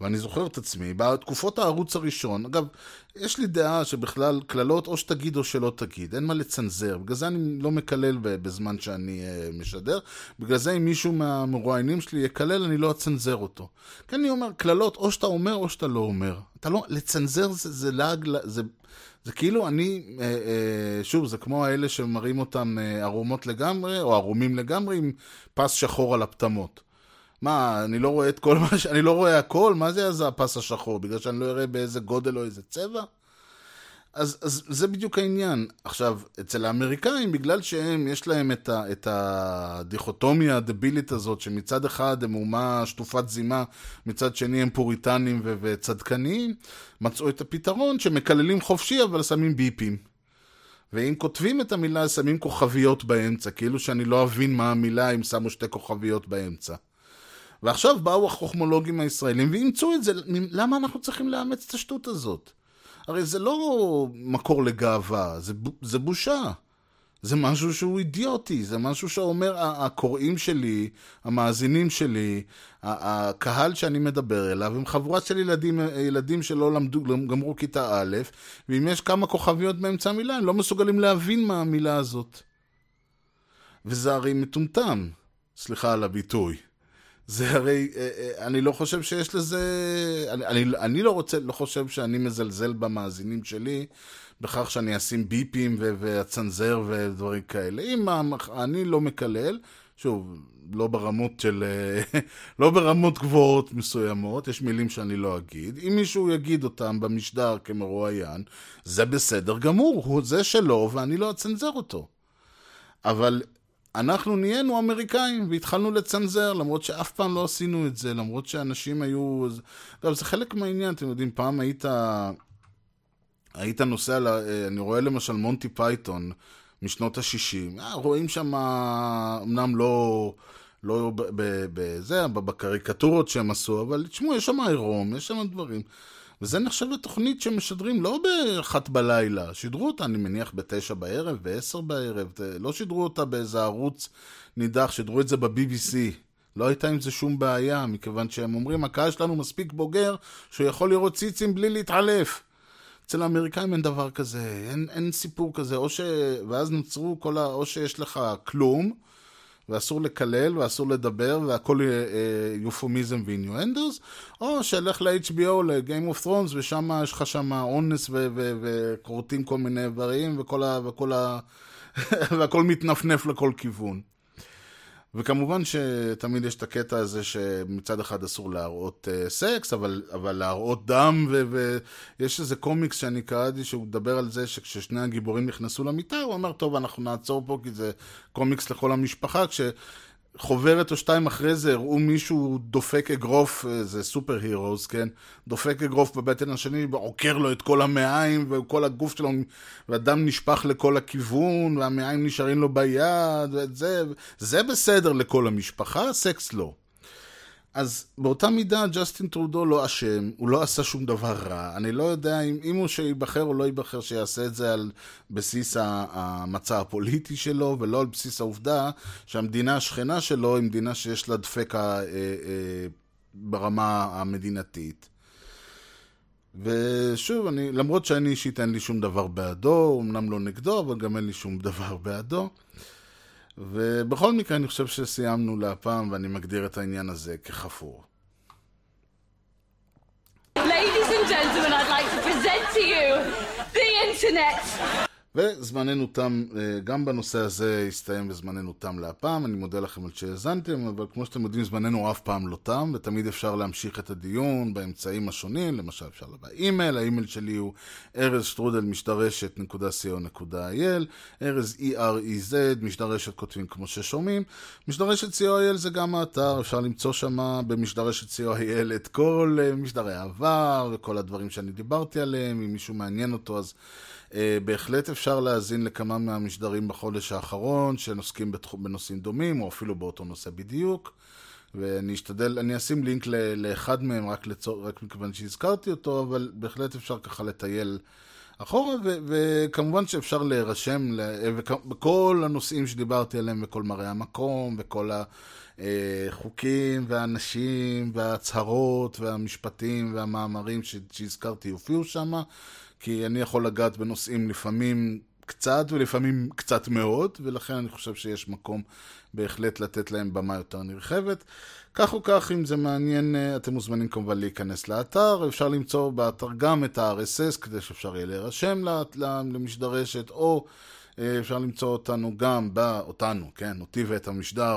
ואני זוכר את עצמי, בתקופות הערוץ הראשון, אגב, יש לי דעה שבכלל כללות או שתגיד או שלא תגיד, אין מה לצנזר, בגלל זה אני לא מקלל בזמן שאני uh, משדר, בגלל זה אם מישהו מהמרואיינים שלי יקלל, אני לא אצנזר אותו. כי אני אומר, כללות או שאתה אומר או שאתה לא אומר. אתה לא, לצנזר זה, זה לעג, זה, זה כאילו אני, אה, אה, שוב, זה כמו האלה שמראים אותם אה, ערומות לגמרי, או ערומים לגמרי עם פס שחור על הפתמות. מה, אני לא רואה את כל מה ש... אני לא רואה הכל? מה זה זה הפס השחור? בגלל שאני לא אראה באיזה גודל או איזה צבע? אז, אז זה בדיוק העניין. עכשיו, אצל האמריקאים, בגלל שהם, יש להם את, ה, את הדיכוטומיה הדבילית הזאת, שמצד אחד הם אומה שטופת זימה, מצד שני הם פוריטנים ו- וצדקניים, מצאו את הפתרון שמקללים חופשי, אבל שמים ביפים. ואם כותבים את המילה, שמים כוכביות באמצע, כאילו שאני לא אבין מה המילה אם שמו שתי כוכביות באמצע. ועכשיו באו החוכמולוגים הישראלים ואימצו את זה. למה אנחנו צריכים לאמץ את השטות הזאת? הרי זה לא מקור לגאווה, זה, זה בושה. זה משהו שהוא אידיוטי, זה משהו שאומר, הקוראים שלי, המאזינים שלי, הקהל שאני מדבר אליו, הם חבורת של ילדים, ילדים שלא למדו, גמרו כיתה א', ואם יש כמה כוכביות באמצע המילה, הם לא מסוגלים להבין מה המילה הזאת. וזה הרי מטומטם, סליחה על הביטוי. זה הרי, אני לא חושב שיש לזה, אני, אני, אני לא רוצה, לא חושב שאני מזלזל במאזינים שלי, בכך שאני אשים ביפים והצנזר ודברים כאלה. אם אני לא מקלל, שוב, לא ברמות של, לא ברמות גבוהות מסוימות, יש מילים שאני לא אגיד. אם מישהו יגיד אותם במשדר כמרואיין, זה בסדר גמור, הוא זה שלו ואני לא אצנזר אותו. אבל אנחנו נהיינו אמריקאים והתחלנו לצנזר, למרות שאף פעם לא עשינו את זה, למרות שאנשים היו... טוב, זה חלק מהעניין, אתם יודעים, פעם היית, היית נוסע, לה... אני רואה למשל מונטי פייתון משנות ה-שישים, רואים שם, אמנם לא, לא בזה, בקריקטורות שהם עשו, אבל תשמעו, יש שם עירום, יש שם דברים. וזה נחשב לתוכנית שמשדרים לא באחת בלילה, שידרו אותה אני מניח בתשע בערב, בעשר בערב, לא שידרו אותה באיזה ערוץ נידח, שידרו את זה ב-בי בי סי. לא הייתה עם זה שום בעיה, מכיוון שהם אומרים, הקהל שלנו מספיק בוגר, שהוא יכול לראות ציצים בלי להתעלף. אצל האמריקאים אין דבר כזה, אין, אין סיפור כזה, או ש... ואז נוצרו כל ה... או שיש לך כלום, ואסור לקלל, ואסור לדבר, והכל יופומיזם ואיניואנדוס, או שהלך ל-אייץ' בי או, ל-Game of Thrones, ושם יש לך שם אונס וקורטים כל מיני איברים, וכל ה... וכל ה... והכל מתנפנף לכל כיוון. וכמובן שתמיד יש את הקטע הזה שמצד אחד אסור להראות uh, סקס, אבל, אבל להראות דם, ו- ויש איזה קומיקס שאני קראתי שהוא מדבר על זה שכששני הגיבורים נכנסו למיטה, הוא אומר, טוב, אנחנו נעצור פה כי זה קומיקס לכל המשפחה, כשחוברת או שתיים אחרי זה הראו מישהו דופק אגרוף, זה סופר הירוס, כן? דופק אגרוף בבטן השני, ועוקר לו את כל המעיים, וכל הגוף שלו, והדם נשפך לכל הכיוון, והמעיים נשארים לו ביד, וזה, זה בסדר לכל המשפחה, סקס לא. אז באותה מידה, ג'סטין טרודו לא אשם, הוא לא עשה שום דבר רע. אני לא יודע אם, אם הוא שיבחר או לא יבחר שיעשה את זה על בסיס המצע הפוליטי שלו, ולא על בסיס העובדה שהמדינה השכנה שלו היא מדינה שיש לה דפקה אה, אה, ברמה המדינתית. ושוב, אני, למרות שאני אישית אין לי שום דבר בעדו, אמנם לא נגדו, אבל גם אין לי שום דבר בעדו. ובכל מקרה אני חושב שסיימנו להפעם, ואני מגדיר את העניין הזה כחפור. Ladies and gentlemen, I'd like to present to you the internet. וזמננו תם, גם בנושא הזה הסתיים וזמננו תם להפעם. אני מודה לכם על שהאזנתם, אבל כמו שאתם יודעים, זמננו אף פעם לא תם, ותמיד אפשר להמשיך את הדיון באמצעים השונים. למשל אפשר לבוא אימייל, האימייל שלי הוא ארז שטרודל משדרשת נקודה סי או נקודה איי אל, ארז אי אר אי זד, משדרשת כותבים כמו ששומעים. משדרשת סי או איי אל זה גם האתר, אפשר למצוא שם במשדרשת סי או איי אל את כל משדרי העבר וכל הדברים שאני דיברתי עליהם. אם מישהו מעניין אותו אז Uh, בהחלט אפשר להזין לכמה מהמשדרים בחודש האחרון שנוסקים בנושאים דומים או אפילו באותו נושא בדיוק, ואני אשתדל, אני אשים לינק ל- לאחד מהם רק, לצור, רק מכיוון שהזכרתי אותו, אבל בהחלט אפשר ככה לטייל אחורה, ו- וכמובן שאפשר להירשם בכל הנושאים שדיברתי עליהם, וכל מראה המקום, וכל החוקים, והאנשים, וההצהרות, והמשפטים, והמאמרים ש- שהזכרתי יופיעו שם, כי אני יכול לגעת בנושאים לפעמים קצת, ולפעמים קצת מאוד, ולכן אני חושב שיש מקום בהחלט לתת להם במה יותר נרחבת. כך או כך, אם זה מעניין, אתם מוזמנים כמובן להיכנס לאתר, אפשר למצוא באתר גם את ה-אר אס אס, כדי שאפשר יהיה להירשם למשדרשת, או אפשר למצוא אותנו גם, אותנו, כן, אותי ואת המשדר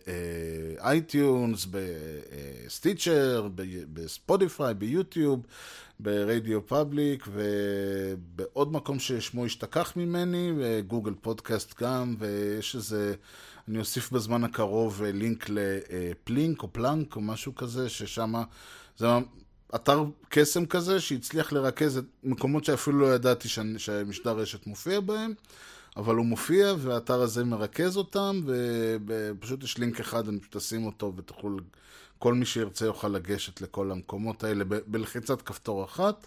באייטיונס, בסטיצ'ר, בספוטיפיי, ביוטיוב, ברדיו פאבליק, ובעוד מקום ששמו השתכח ממני, וגוגל פודקאסט גם, ויש איזה, אני אוסיף בזמן הקרוב לינק לפלינק או פלנק או משהו כזה, ששם זה אתר קסם כזה, שהצליח לרכז את מקומות שאפילו לא ידעתי שהמשדר רשת מופיע בהם, אבל הוא מופיע, והאתר הזה מרכז אותם, ופשוט יש לינק אחד, אני פשוט אשים אותו, ותוכלו, כל מי שירצה יוכל לגשת לכל המקומות האלה, בלחיצת כפתור אחת.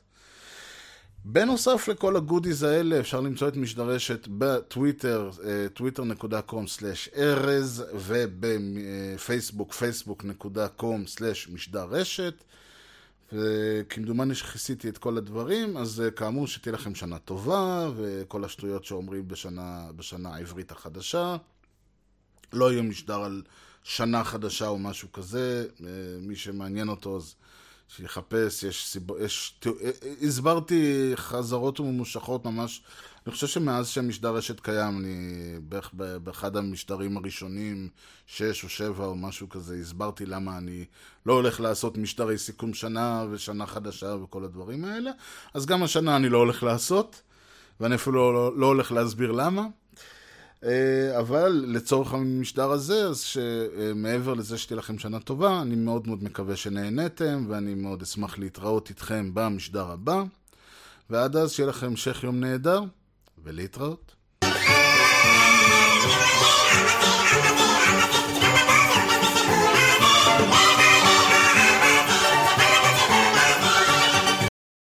בנוסף לכל הגודיז האלה, אפשר למצוא את משדרשת בטוויטר, טוויטר נקודה קום סלש ארז, ובפייסבוק, פייסבוק נקודה קום סלש משדר רשת. וכמדומני שכיסיתי את כל הדברים, אז כאמור שתהיה לכם שנה טובה, וכל השטויות שאומרים בשנה, בשנה העברית החדשה. לא יהיה משדר על שנה חדשה או משהו כזה, מי שמעניין אותו אז שיחפש, יש סיבות, יש, הסברתי חזרות וממושכות ממש, אני חושב שמאז שהמשדר רשת קיים, אני בערך באחד המשדרים הראשונים, שש או שבע או משהו כזה, הסברתי למה אני לא הולך לעשות משדרי סיכום שנה ושנה חדשה וכל הדברים האלה, אז גם השנה אני לא הולך לעשות, ואני אפילו לא, לא הולך להסביר למה. אבל לצורך המשדר הזה, אז שמעבר לזה שתהיה לכם שנה טובה, אני מאוד מאוד מקווה שנהנתם, ואני מאוד אשמח להתראות איתכם במשדר הבא, ועד אז שיהיה לכם המשך יום נהדר, ולהתראות.